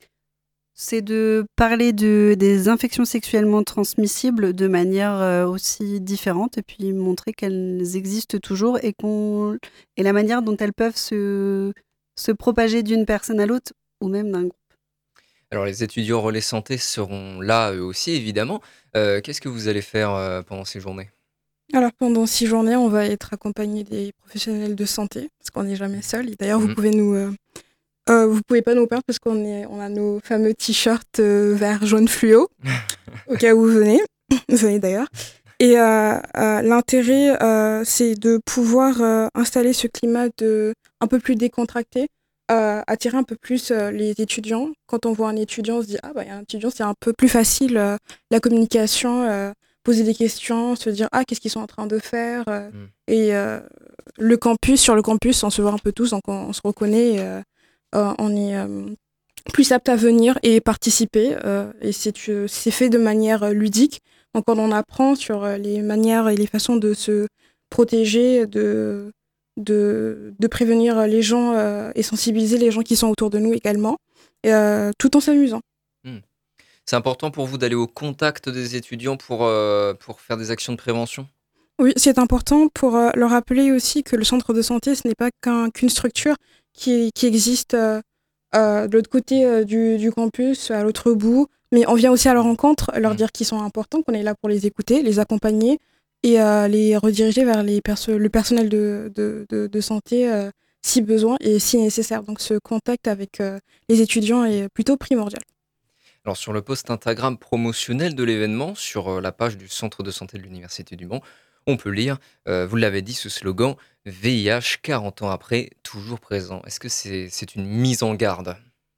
C'est de parler de, des infections sexuellement transmissibles de manière euh, aussi différente et puis montrer qu'elles existent toujours et, qu'on, et la manière dont elles peuvent se, se propager d'une personne à l'autre ou même d'un groupe. Alors, les étudiants relais santé seront là eux aussi, évidemment. Euh, qu'est-ce que vous allez faire euh, pendant ces journées? Alors pendant six journées, on va être accompagné des professionnels de santé, parce qu'on n'est jamais seul. Et d'ailleurs, vous Mhm. pouvez nous, euh, euh, vous pouvez pas nous perdre parce qu'on est, on a nos fameux t-shirts euh, vert jaune fluo, au cas où vous venez, vous venez d'ailleurs. Et euh, euh, l'intérêt, euh, c'est de pouvoir euh, installer ce climat de un peu plus décontracté, euh, attirer un peu plus euh, les étudiants. Quand on voit un étudiant, on se dit ah bah il y a un étudiant, c'est un peu plus facile euh, la communication. Euh, poser des questions, se dire ah qu'est-ce qu'ils sont en train de faire euh, Mm. et euh, le campus sur le campus on se voit un peu tous donc on, on se reconnaît euh, euh, on est euh, plus apte à venir et participer euh, et c'est euh, c'est fait de manière euh, ludique donc quand on apprend sur euh, les manières et les façons de se protéger de de, de prévenir les gens euh, et sensibiliser les gens qui sont autour de nous également et, euh, tout en s'amusant. C'est important pour vous d'aller au contact des étudiants pour, euh, pour faire des actions de prévention? Oui, c'est important pour euh, leur rappeler aussi que le centre de santé, ce n'est pas qu'un- qu'une structure qui, qui existe euh, euh, de l'autre côté euh, du, du campus, à l'autre bout, mais on vient aussi à leur rencontre, leur Mm. dire qu'ils sont importants, qu'on est là pour les écouter, les accompagner et euh, les rediriger vers les perso- le personnel de, de, de, de santé euh, si besoin et si nécessaire. Donc ce contact avec euh, les étudiants est plutôt primordial. Alors, sur le post Instagram promotionnel de l'événement, sur euh, la page du Centre de santé de l'Université du Mans, on peut lire, euh, vous l'avez dit, ce slogan V I H quarante ans après, toujours présent. Est-ce que c'est c'est une mise en garde?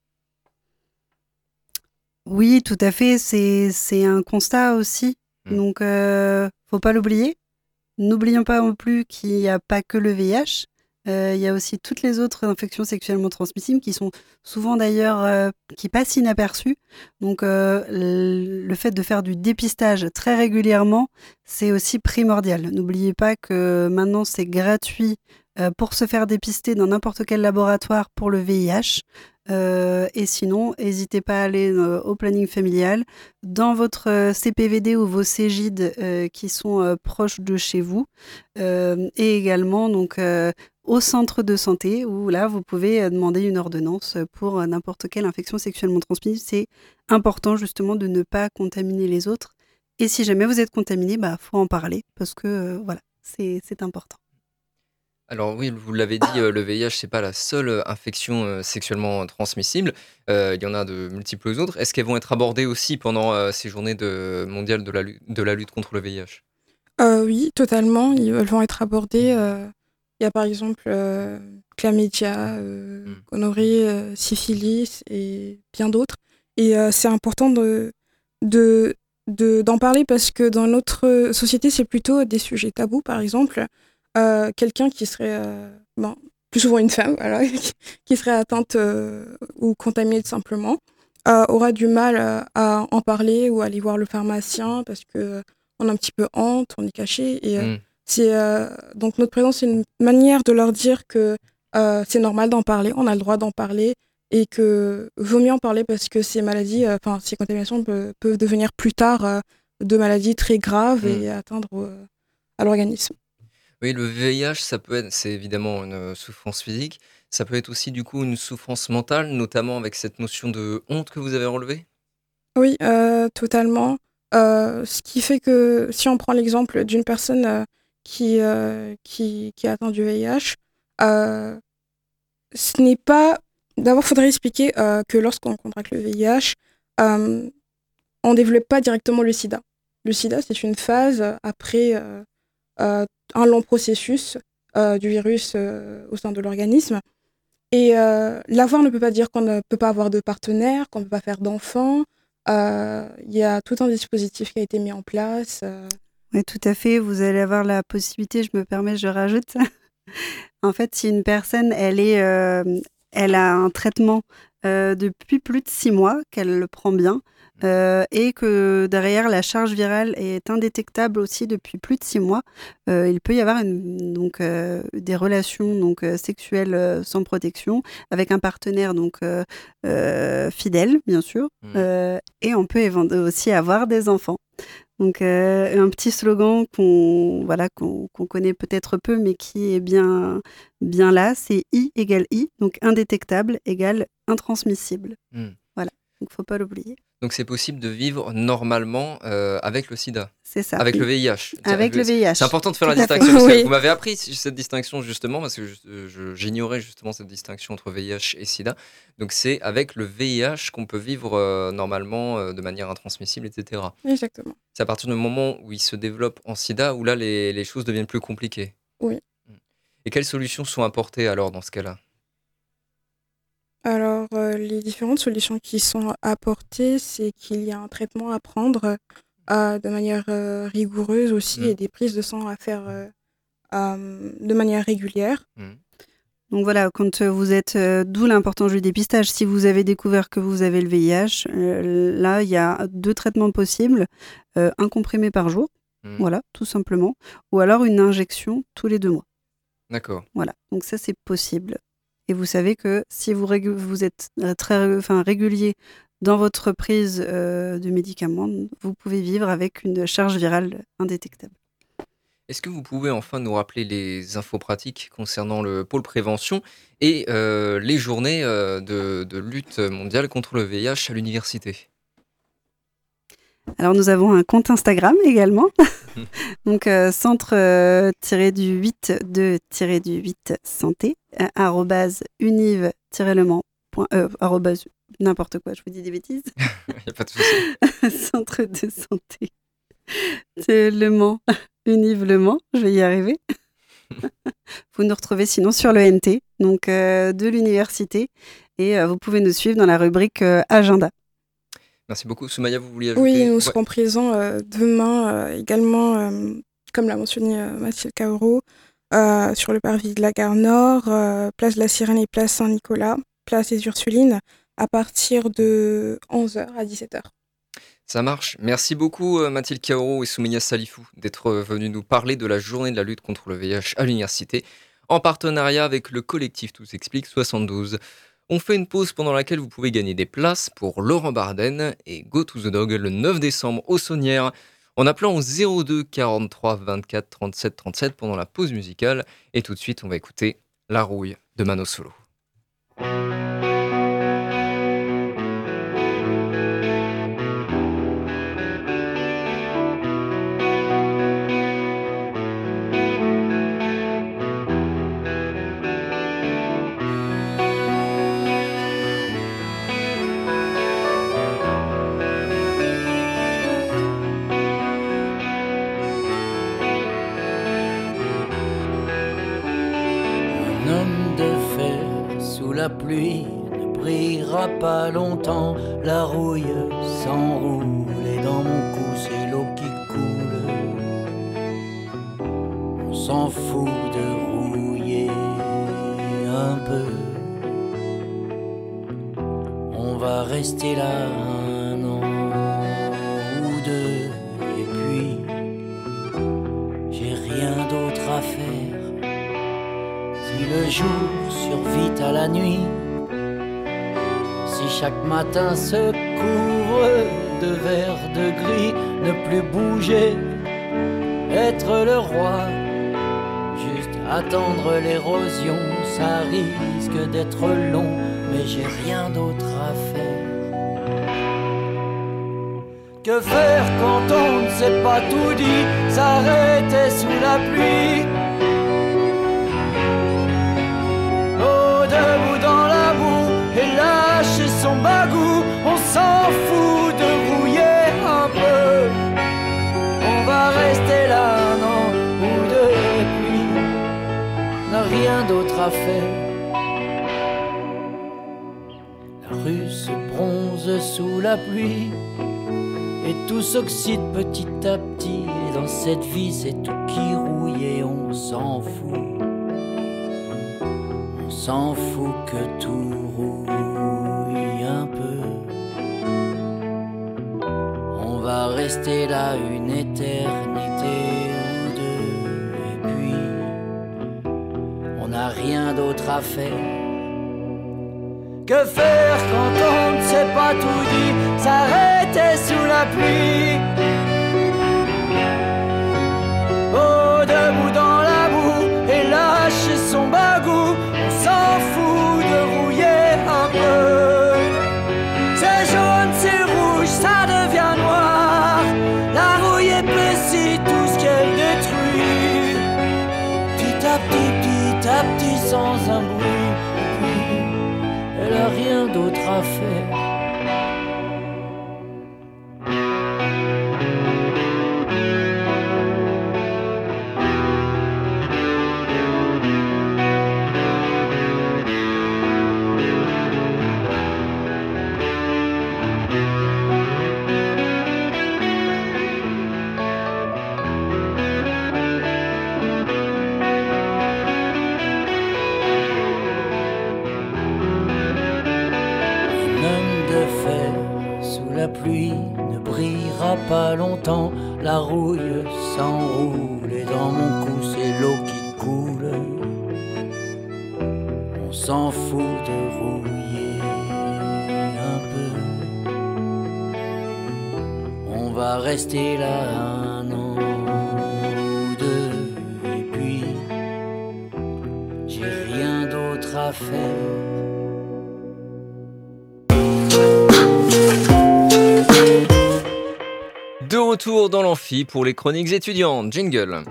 Oui, tout à fait. C'est, c'est un constat aussi. Mm. Donc, euh, faut pas l'oublier. N'oublions pas non plus qu'il n'y a pas que le V I H. Euh, Il y a aussi toutes les autres infections sexuellement transmissibles qui sont souvent d'ailleurs euh, qui passent inaperçues. Donc, euh, le le fait de faire du dépistage très régulièrement, c'est aussi primordial. N'oubliez pas que maintenant c'est gratuit euh, pour se faire dépister dans n'importe quel laboratoire pour le V I H. Euh, et sinon, n'hésitez pas à aller euh, au planning familial, dans votre euh, C P V D ou vos C G I D euh, qui sont euh, proches de chez vous, euh, et également donc euh, au centre de santé où là vous pouvez euh, demander une ordonnance pour euh, n'importe quelle infection sexuellement transmissible. C'est important justement de ne pas contaminer les autres. Et si jamais vous êtes contaminé, bah faut en parler parce que euh, voilà, c'est c'est important. Alors oui, vous l'avez dit, euh, le V I H, c'est pas la seule euh, infection euh, sexuellement transmissible. Euh, il y en a de multiples autres. Est-ce qu'elles vont être abordées aussi pendant euh, ces journées de, mondiales de la, lu- de la lutte contre le V I H? Euh, oui, totalement. Ils elles vont être abordés. euh, Il y a par exemple euh, chlamydia, euh, Mm. gonorrhée, euh, syphilis et bien d'autres. Et euh, c'est important de, de, de- d'en parler parce que dans notre société, c'est plutôt des sujets tabous. Par exemple, euh, quelqu'un qui serait, euh, bon, plus souvent une femme, voilà, qui serait atteinte euh, ou contaminée tout simplement, euh, aura du mal euh, à en parler ou à aller voir le pharmacien parce que on a un petit peu honte, on est caché. Et euh, Mm. c'est, euh, donc notre présence, c'est une manière de leur dire que euh, c'est normal d'en parler, on a le droit d'en parler et que vaut mieux en parler parce que ces maladies, enfin ces contaminations peuvent, peuvent devenir plus tard euh, de maladies très graves Mm. et atteindre euh, à l'organisme. Oui, le V I H, ça peut être, c'est évidemment une euh, souffrance physique. Ça peut être aussi du coup une souffrance mentale, notamment avec cette notion de honte que vous avez relevée. Oui, euh, totalement. Euh, ce qui fait que si on prend l'exemple d'une personne euh, qui, euh, qui, qui a atteint du V I H, euh, ce n'est pas... D'abord, il faudrait expliquer euh, que lorsqu'on contracte le V I H, euh, on ne développe pas directement le sida. Le sida, c'est une phase après euh, euh, un long processus euh, du virus euh, au sein de l'organisme. Et euh, l'avoir ne peut pas dire qu'on ne peut pas avoir de partenaire, qu'on ne peut pas faire d'enfants. Euh, Il y a tout un dispositif qui a été mis en place. euh. Oui, tout à fait. Vous allez avoir la possibilité, je me permets, je rajoute. En fait, si une personne, elle est, euh, elle a un traitement euh, depuis plus de six mois, qu'elle le prend bien, euh, et que derrière la charge virale est indétectable aussi depuis plus de six mois, euh, il peut y avoir une, donc euh, des relations donc euh, sexuelles euh, sans protection avec un partenaire donc euh, euh, fidèle, bien sûr, Mm. euh, et on peut évent- aussi avoir des enfants. Donc euh, un petit slogan qu'on voilà qu'on qu'on connaît peut-être peu mais qui est bien bien là, c'est I égale I, donc indétectable égale intransmissible. Mm. Voilà, donc faut pas l'oublier. Donc c'est possible de vivre normalement euh, avec le sida, C'est ça. avec le V I H. Avec le V I H. C'est important de faire la Tout à fait. distinction. Parce que Oui. vous m'avez appris cette distinction justement parce que je- je- j'ignorais justement cette distinction entre V I H et sida. Donc c'est avec le V I H qu'on peut vivre euh, normalement euh, de manière intransmissible, et cetera. Exactement. C'est à partir du moment où il se développe en sida où là les, les choses deviennent plus compliquées. Oui. Et quelles solutions sont apportées alors dans ce cas-là? Alors, euh, les différentes solutions qui sont apportées, c'est qu'il y a un traitement à prendre euh, de manière euh, rigoureuse aussi Mm. et des prises de sang à faire euh, euh, de manière régulière. Mm. Donc voilà, quand euh, vous êtes, euh, d'où l'importance du dépistage. Si vous avez découvert que vous avez le V I H, euh, là il y a deux traitements possibles, euh, un comprimé par jour, Mm. voilà, tout simplement, ou alors une injection tous les deux mois. D'accord. Voilà, donc ça c'est possible. Et vous savez que si vous, régu- vous êtes euh, très ré- enfin, régulier dans votre prise euh, de médicaments, vous pouvez vivre avec une charge virale indétectable. Est-ce que vous pouvez enfin nous rappeler les infos pratiques concernant le pôle prévention et euh, les journées euh, de, de lutte mondiale contre le V I H à l'université? Alors nous avons un compte Instagram également, donc euh, centre euh, tiré du huit de tiré du huit santé, euh, arrobase univ le mans point- euh, arrobase n'importe quoi, je vous dis des bêtises, Il n'y a pas de souci. centre de santé de Le Mans, univ le Mans, je vais y arriver. Vous nous retrouvez sinon sur le N T, donc euh, de l'université, et euh, vous pouvez nous suivre dans la rubrique euh, agenda. Merci beaucoup. Soumaya, vous vouliez ajouter? Oui, nous Ouais. serons présents euh, demain euh, également, euh, comme l'a mentionné euh, Mathilde Kaoro, euh, sur le parvis de la gare Nord, euh, place de la Sirène et place Saint-Nicolas, place des Ursulines, à partir de onze heures à dix-sept heures. Ça marche. Merci beaucoup euh, Mathilde Kaoro et Soumaya Salifou d'être euh, venus nous parler de la journée de la lutte contre le V I H à l'université en partenariat avec le collectif Tout s'explique soixante-douze. On fait une pause pendant laquelle vous pouvez gagner des places pour Laurent Barden et Go to the Dog le neuf décembre au Saunières en appelant au zéro deux quarante-trois vingt-quatre trente-sept trente-sept pendant la pause musicale. Et tout de suite, on va écouter La Rouille de Mano Solo. Un homme de fer sous la pluie ne brillera pas longtemps. La rouille s'enroule et dans mon cou c'est l'eau qui coule. On s'en fout de rouiller un peu. On va rester là un an ou deux et puis j'ai rien d'autre à faire. Si le jour survit à la nuit, si chaque matin se couvre de vert, de gris, ne plus bouger, être le roi, juste attendre l'érosion, ça risque d'être long, mais j'ai rien d'autre à faire. Que faire quand on ne sait pas tout dit, s'arrêter sous la pluie? Oh, debout dans la boue et lâcher son bagou, on s'en fout de rouiller un peu. On va rester là un an ou deux et puis n'a rien d'autre à faire. La rue se bronze sous la pluie et tout s'oxyde petit à petit. Et dans cette vie c'est tout qui rouille et on s'en fout. On s'en fout que tout rouille un peu. On va rester là une éternité ou deux. Et puis on n'a rien d'autre à faire. Que faire quand on ne sait pas tout dit, s'arrêter sous la pluie? Oh, debout dans la boue et lâcher son bagou, on s'en fout de rouiller un peu. C'est jaune, c'est rouge, ça devient noir, la rouille épaissit tout ce qu'elle détruit. Petit à petit, petit à petit, sans un bruit, elle a rien d'autre à faire. La pluie ne brillera pas longtemps, la rouille s'enroule et dans mon cou c'est l'eau qui coule. On s'en fout de rouiller un peu. On va rester là un an ou deux et puis j'ai rien d'autre à faire. De retour dans l'amphi pour les chroniques étudiantes. Jingle.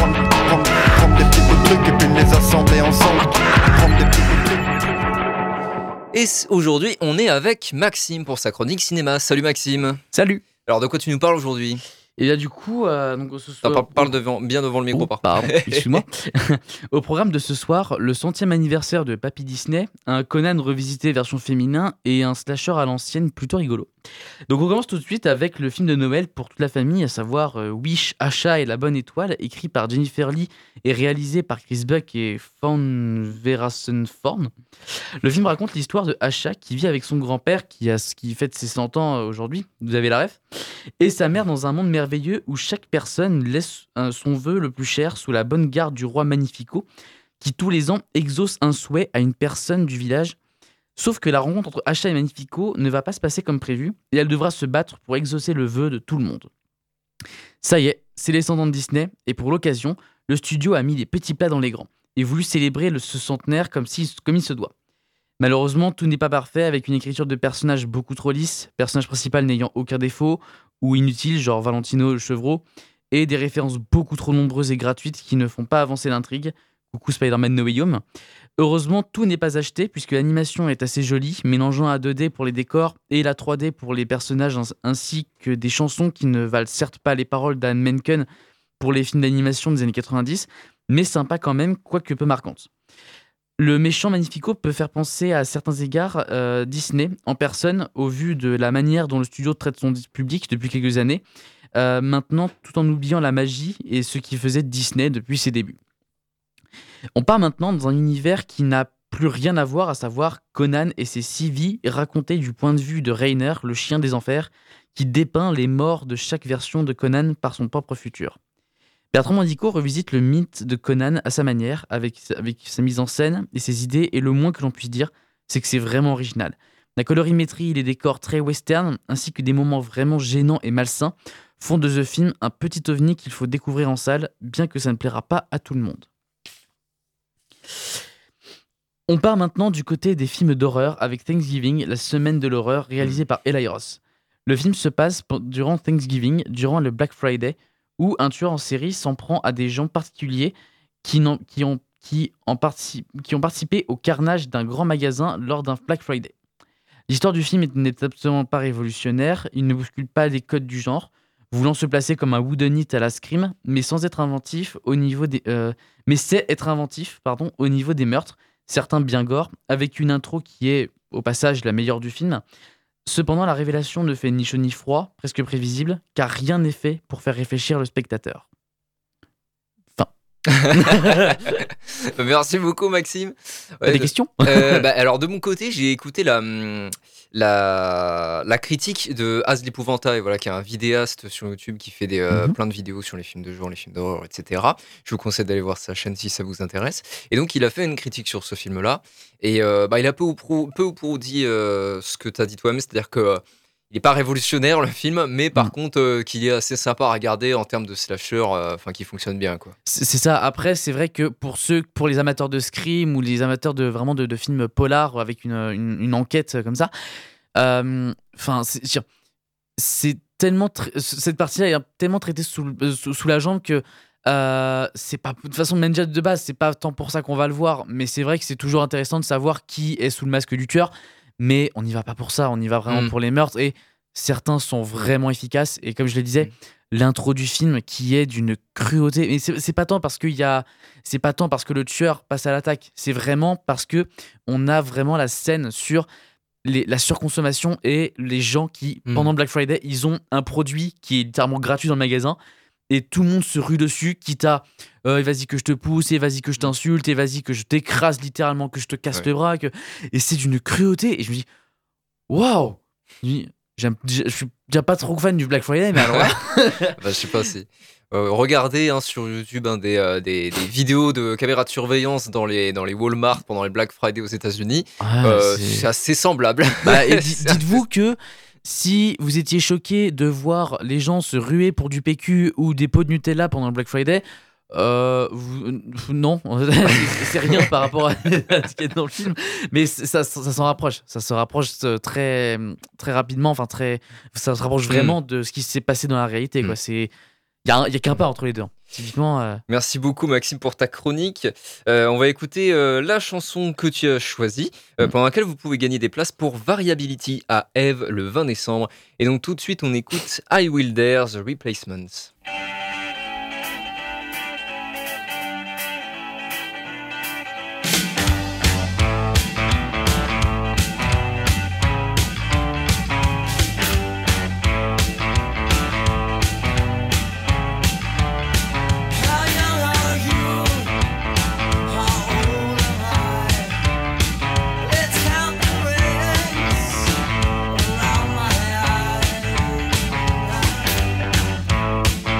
Et aujourd'hui, on est avec Maxime pour sa chronique cinéma. Salut Maxime. Salut. Alors de quoi tu nous parles aujourd'hui ? Et là, du coup, euh, donc, ce soir... Parle, parle devant, bien devant le micro, oh, par pardon, excuse-moi. Au programme de ce soir, le centième anniversaire de Papy Disney, un Conan revisité version féminin et un slasher à l'ancienne plutôt rigolo. Donc on commence tout de suite avec le film de Noël pour toute la famille, à savoir euh, Wish, Asha et la bonne étoile, écrit par Jennifer Lee et réalisé par Chris Buck et Fawn Verassenforn. Le film raconte l'histoire de Asha qui vit avec son grand-père qui, a, qui fête ses cent ans euh, aujourd'hui, vous avez la ref, et sa mère dans un monde merveilleux où chaque personne laisse un, son vœu le plus cher sous la bonne garde du roi Magnifico qui tous les ans exauce un souhait à une personne du village. Sauf que la rencontre entre Asha et Magnifico ne va pas se passer comme prévu et elle devra se battre pour exaucer le vœu de tout le monde. Ça y est, c'est les cent ans de Disney et pour l'occasion, le studio a mis les petits plats dans les grands et voulu célébrer le, ce centenaire comme, si, comme il se doit. Malheureusement, tout n'est pas parfait avec une écriture de personnages beaucoup trop lisse, personnage principal n'ayant aucun défaut ou inutile, genre Valentino le chevreau, et des références beaucoup trop nombreuses et gratuites qui ne font pas avancer l'intrigue. Coucou Spider-Man No Way Home. Heureusement, tout n'est pas acheté puisque l'animation est assez jolie, mélangeant la deux D pour les décors et la trois D pour les personnages ainsi que des chansons qui ne valent certes pas les paroles d'Anne Menken pour les films d'animation des années quatre-vingt-dix, mais sympa quand même, quoique peu marquante. Le méchant Magnifico peut faire penser à certains égards euh, Disney en personne au vu de la manière dont le studio traite son public depuis quelques années, euh, maintenant tout en oubliant la magie et ce qui faisait Disney depuis ses débuts. On part maintenant dans un univers qui n'a plus rien à voir, à savoir Conan et ses six vies racontées du point de vue de Rainer, le chien des enfers, qui dépeint les morts de chaque version de Conan par son propre futur. Bertrand Mandico revisite le mythe de Conan à sa manière, avec, avec sa mise en scène et ses idées, et le moins que l'on puisse dire, c'est que c'est vraiment original. La colorimétrie et les décors très western, ainsi que des moments vraiment gênants et malsains, font de The Film un petit ovni qu'il faut découvrir en salle, bien que ça ne plaira pas à tout le monde. On part maintenant du côté des films d'horreur avec Thanksgiving, la semaine de l'horreur, réalisé par Eli Roth. Le film se passe durant Thanksgiving, durant le Black Friday, où un tueur en série s'en prend à des gens particuliers qui, qui, ont, qui, en particip- qui ont participé au carnage d'un grand magasin lors d'un Black Friday. L'histoire du film n'est absolument pas révolutionnaire, il ne bouscule pas les codes du genre, voulant se placer comme un whodunit à la Scream, mais sans être inventif au niveau des, euh, mais c'est être inventif, pardon, au niveau des meurtres, certains bien gore, avec une intro qui est, au passage, la meilleure du film. Cependant, la révélation ne fait ni chaud ni froid, presque prévisible, car rien n'est fait pour faire réfléchir le spectateur. Fin. Merci beaucoup, Maxime. T'as des de- questions Euh, bah, alors, de mon côté, j'ai écouté la, hum, la, la critique de As l'Épouvantail, voilà, qui est un vidéaste sur YouTube qui fait des, euh, Mhm. plein de vidéos sur les films de genre, les films d'horreur, et cetera. Je vous conseille d'aller voir sa chaîne si ça vous intéresse. Et donc, il a fait une critique sur ce film-là. Et euh, bah, il a peu ou prou, peu ou prou dit euh, ce que tu as dit toi-même, c'est-à-dire que. euh, il n'est pas révolutionnaire le film, mais par Mm. contre euh, qu'il est assez sympa à regarder en termes de slasher, euh, enfin qui fonctionne bien quoi. C'est c'est ça. Après, c'est vrai que pour ceux, pour les amateurs de Scream ou les amateurs de vraiment de, de films polars avec une, une, une enquête comme ça, euh, enfin, c'est, je veux dire, c'est tellement tr- cette partie-là est tellement traitée sous, le- euh, sous, sous la jambe que euh, c'est pas de toute façon même déjà de base, c'est pas tant pour ça qu'on va le voir, mais c'est vrai que c'est toujours intéressant de savoir qui est sous le masque du tueur. Mais on n'y va pas pour ça, on y va vraiment Mm. pour les meurtres et certains sont vraiment efficaces. Et comme je le disais, l'intro du film qui est d'une cruauté. Mais c'est, c'est pas tant parce qu'il y a, c'est pas tant parce que le tueur passe à l'attaque. C'est vraiment parce que on a vraiment la scène sur les- la surconsommation et les gens qui, Mm. pendant Black Friday, ils ont un produit qui est littéralement gratuit dans le magasin. Et tout le monde se rue dessus, quitte à euh, vas-y que je te pousse, et vas-y que je t'insulte, et vas-y que je t'écrase littéralement, que je te casse Ouais. le bras. Que... Et c'est d'une cruauté. Et je me dis, waouh! Je me dis, j'aime- Je je suis déjà pas trop fan du Black Friday, mais alors là. Bah, je sais pas si. Euh, regardez hein, sur YouTube hein, des, euh, des, des vidéos de caméras de surveillance dans les, dans les Walmart pendant les Black Friday aux États-Unis. Ah, Euh, c'est- c'est assez semblable. Bah, et di- C'est dites-vous que si vous étiez choqué de voir les gens se ruer pour du P Q ou des pots de Nutella pendant le Black Friday, euh, vous- non, c'est c'est rien par rapport à ce qui est dans le film, mais c'est- ça, ça, ça s'en rapproche, ça se rapproche euh, très, très rapidement, enfin très, ça se rapproche vraiment de ce qui s'est passé dans la réalité. Quoi. Mm. C'est, il y a, un- il y a qu'un pas entre les deux. hein. Typiquement. euh, Merci beaucoup Maxime pour ta chronique. Euh, on va écouter euh, la chanson que tu as choisie, euh, Mm. pendant laquelle vous pouvez gagner des places pour Variability à Eve le vingt décembre. Et donc tout de suite on écoute I Will Dare The Replacements. How young are you? How old am I? Let's count the rings around my eyes.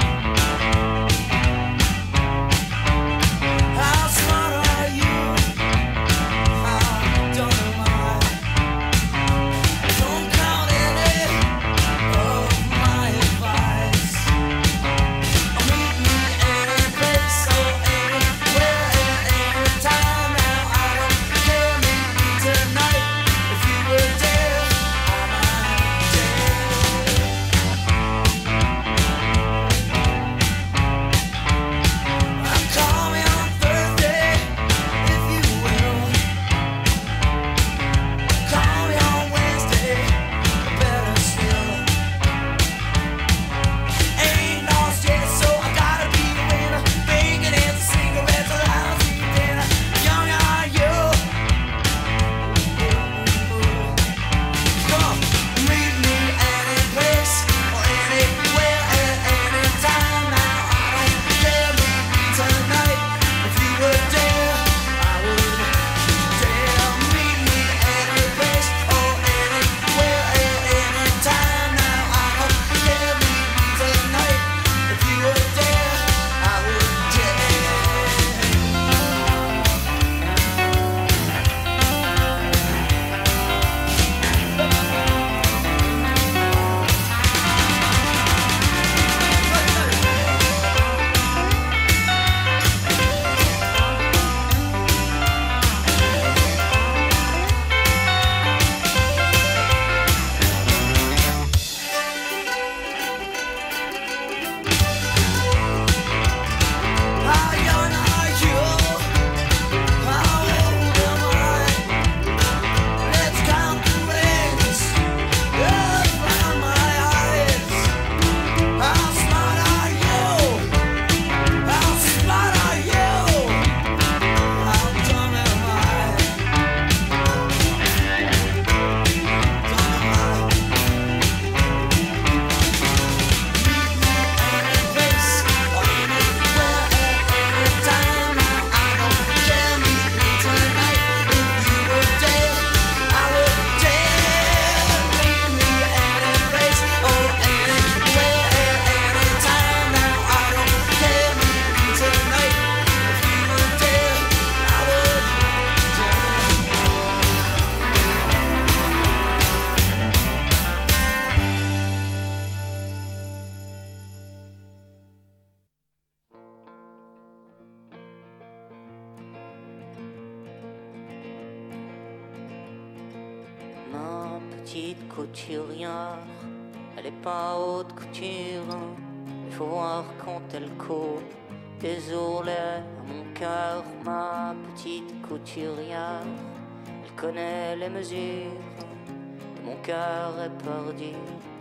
couturière, elle est pas haute couture, il faut voir quand elle court des ourlets à mon cœur, ma petite couturière. Elle connaît les mesures de mon cœur éperdu,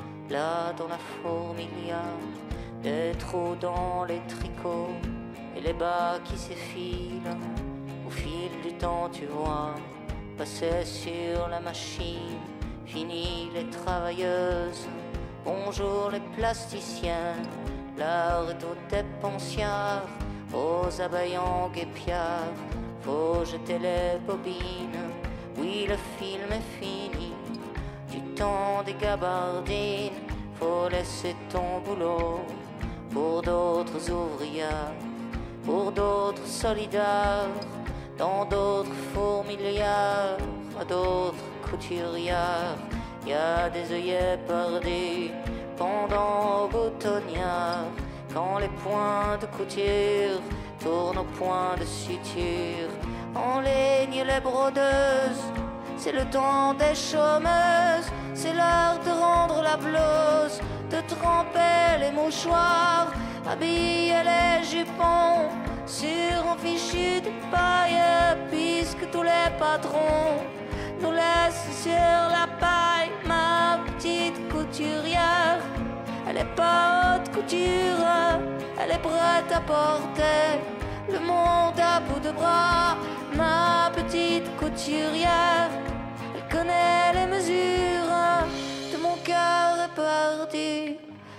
là dans la fourmilière, des trous dans les tricots et les bas qui s'effilent. Au fil du temps tu vois passer sur la machine, fini les travailleuses, bonjour les plasticiens. L'heure est aux dépensières, aux abeilles en guépière. Faut jeter les bobines, oui le film est fini. Du temps des gabardines, faut laisser ton boulot pour d'autres ouvrières, pour d'autres solidaires, dans d'autres fourmilières, à d'autres couturières. Y a des œillets perdus pendant aux boutonnières, quand les points de couture tournent aux points de suture. En ligne les brodeuses, c'est le temps des chômeuses, c'est l'heure de rendre la blouse, de tremper les mouchoirs, habiller les jupons sur un fichu de paille, puisque tous les patrons nous laissent sur la paille. Ma petite couturière, elle est pas haute couture, elle est prête à porter le monde à bout de bras. Ma petite couturière, elle connaît les mesures de mon cœur éperdu,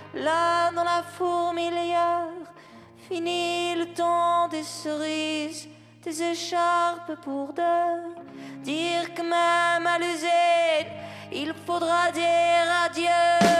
là dans la fourmilière. Fini le temps des cerises, des écharpes pour deux, dire que même à l'usine, il faudra dire adieu.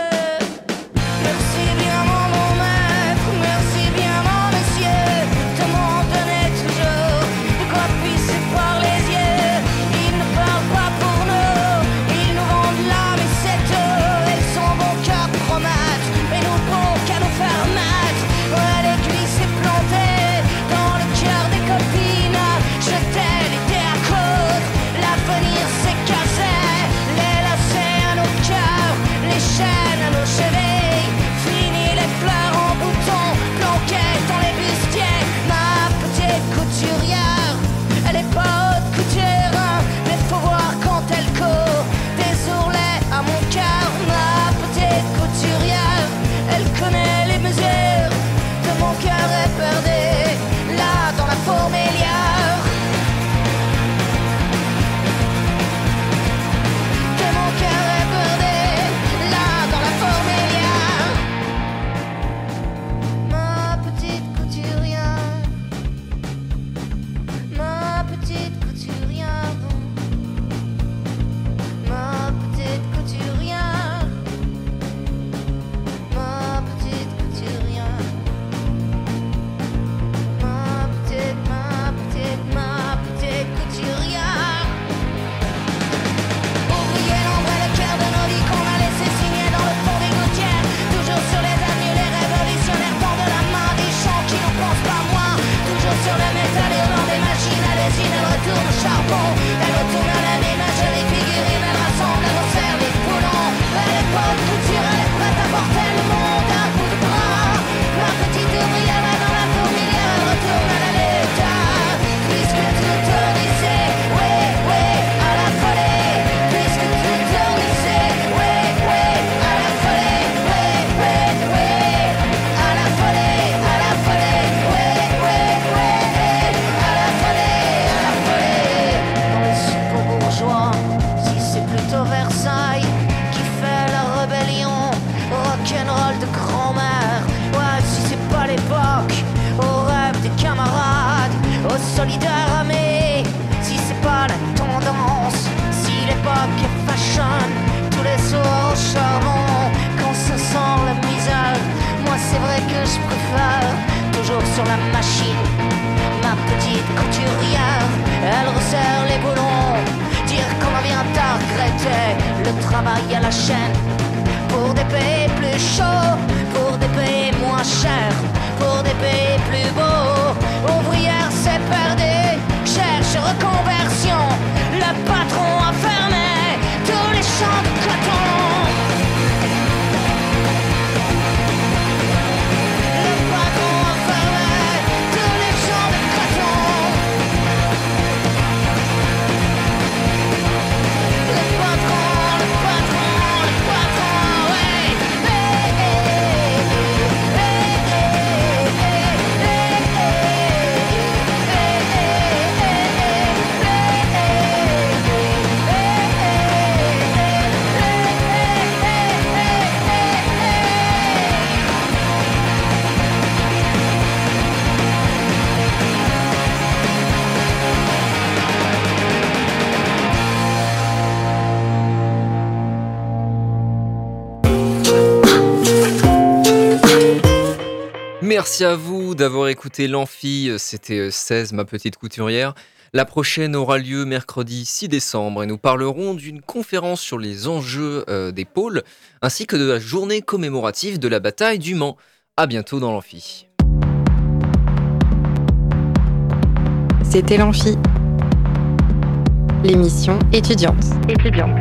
Merci bien mon maître, merci bien mon monsieur, de m'en donner toujours de quoi pisser par les yeux. Ils ne parlent pas pour nous, ils nous vendent l'âme et c'est tout. Ils sont bons qu'à promettre, mais nous bons qu'à nous faire mettre. Ouais, l'aiguille s'est plantée dans le cœur des copines, jetait l'idée à côte, l'avenir s'est cassé, les lacets à nos cœurs, les chaînes à nos chevilles, fini les fleurs en bouton, planquées dans les bustiers. Ma petite couturière, elle est pas haute couture, mais faut voir quand elle court des ourlets à mon cœur. Ma petite couturière, elle connaît les mesures de mon cœur éperdu, là dans la fourmilière. De mon cœur éperdu, là dans la fourmilière. Ma petite couturière, ma petite couturière, ma petite couturière, ma petite couturière. Ma petite, ma petite, ma petite couturière. Ouvrier, l'ombre et le cœur de nos vies qu'on a laissé signer dans le fond des gouttières. Toujours sur les avenues, les révolutionnaires tendent la main des gens qui n'en pensent pas moins. Toujours sur le métal et dans des machines à l'usine, elle retourne au charbon. Elle retourne à la mine, à jolie figurine, elle rassemble, elle resserre les boulons. Elle est pas de couture, elle est prête à porter le monde à bout de bras. Ma petite ouvrière est dans la fourmilière, elle retourne à la l'état, puisque tout tournissait, oui, oui, à la folie, puisque tout tournissait, oui, oui, à la folie, oui, oui, oui, à la folie, à la folie, oui, oui, oui, à la folie, à la folie. Dans les super-bourgeois, si c'est plutôt Versailles qui fait la rébellion, rock'n'roll de grand-mère, ouais, si c'est pas l'époque, au rêve des camarades, aux solidaires amis, si c'est pas la tendance, si l'époque est fashion, tous les soirs au charbon, quand ça sent la misère, moi c'est vrai que je préfère toujours sur la machine. Ma petite couturière, elle resserre les boulons, dire qu'on en vient à regretter le travail à la chaîne, pour des pays plus chauds, pour des pays moins chers, pour des pays plus beaux. Ouvrière s'est perdue, cherche reconversion, le patron a fermé tous les champs de coton. Merci à vous d'avoir écouté l'Amphi, c'était seize, ma petite couturière. La prochaine aura lieu mercredi six décembre et nous parlerons d'une conférence sur les enjeux euh, des pôles ainsi que de la journée commémorative de la bataille du Mans. À bientôt dans l'Amphi. C'était l'Amphi, l'émission étudiante. étudiante.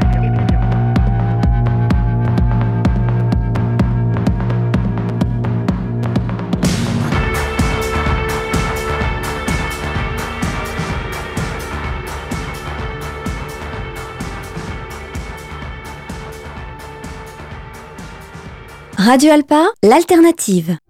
Radio Alpa, l'alternative.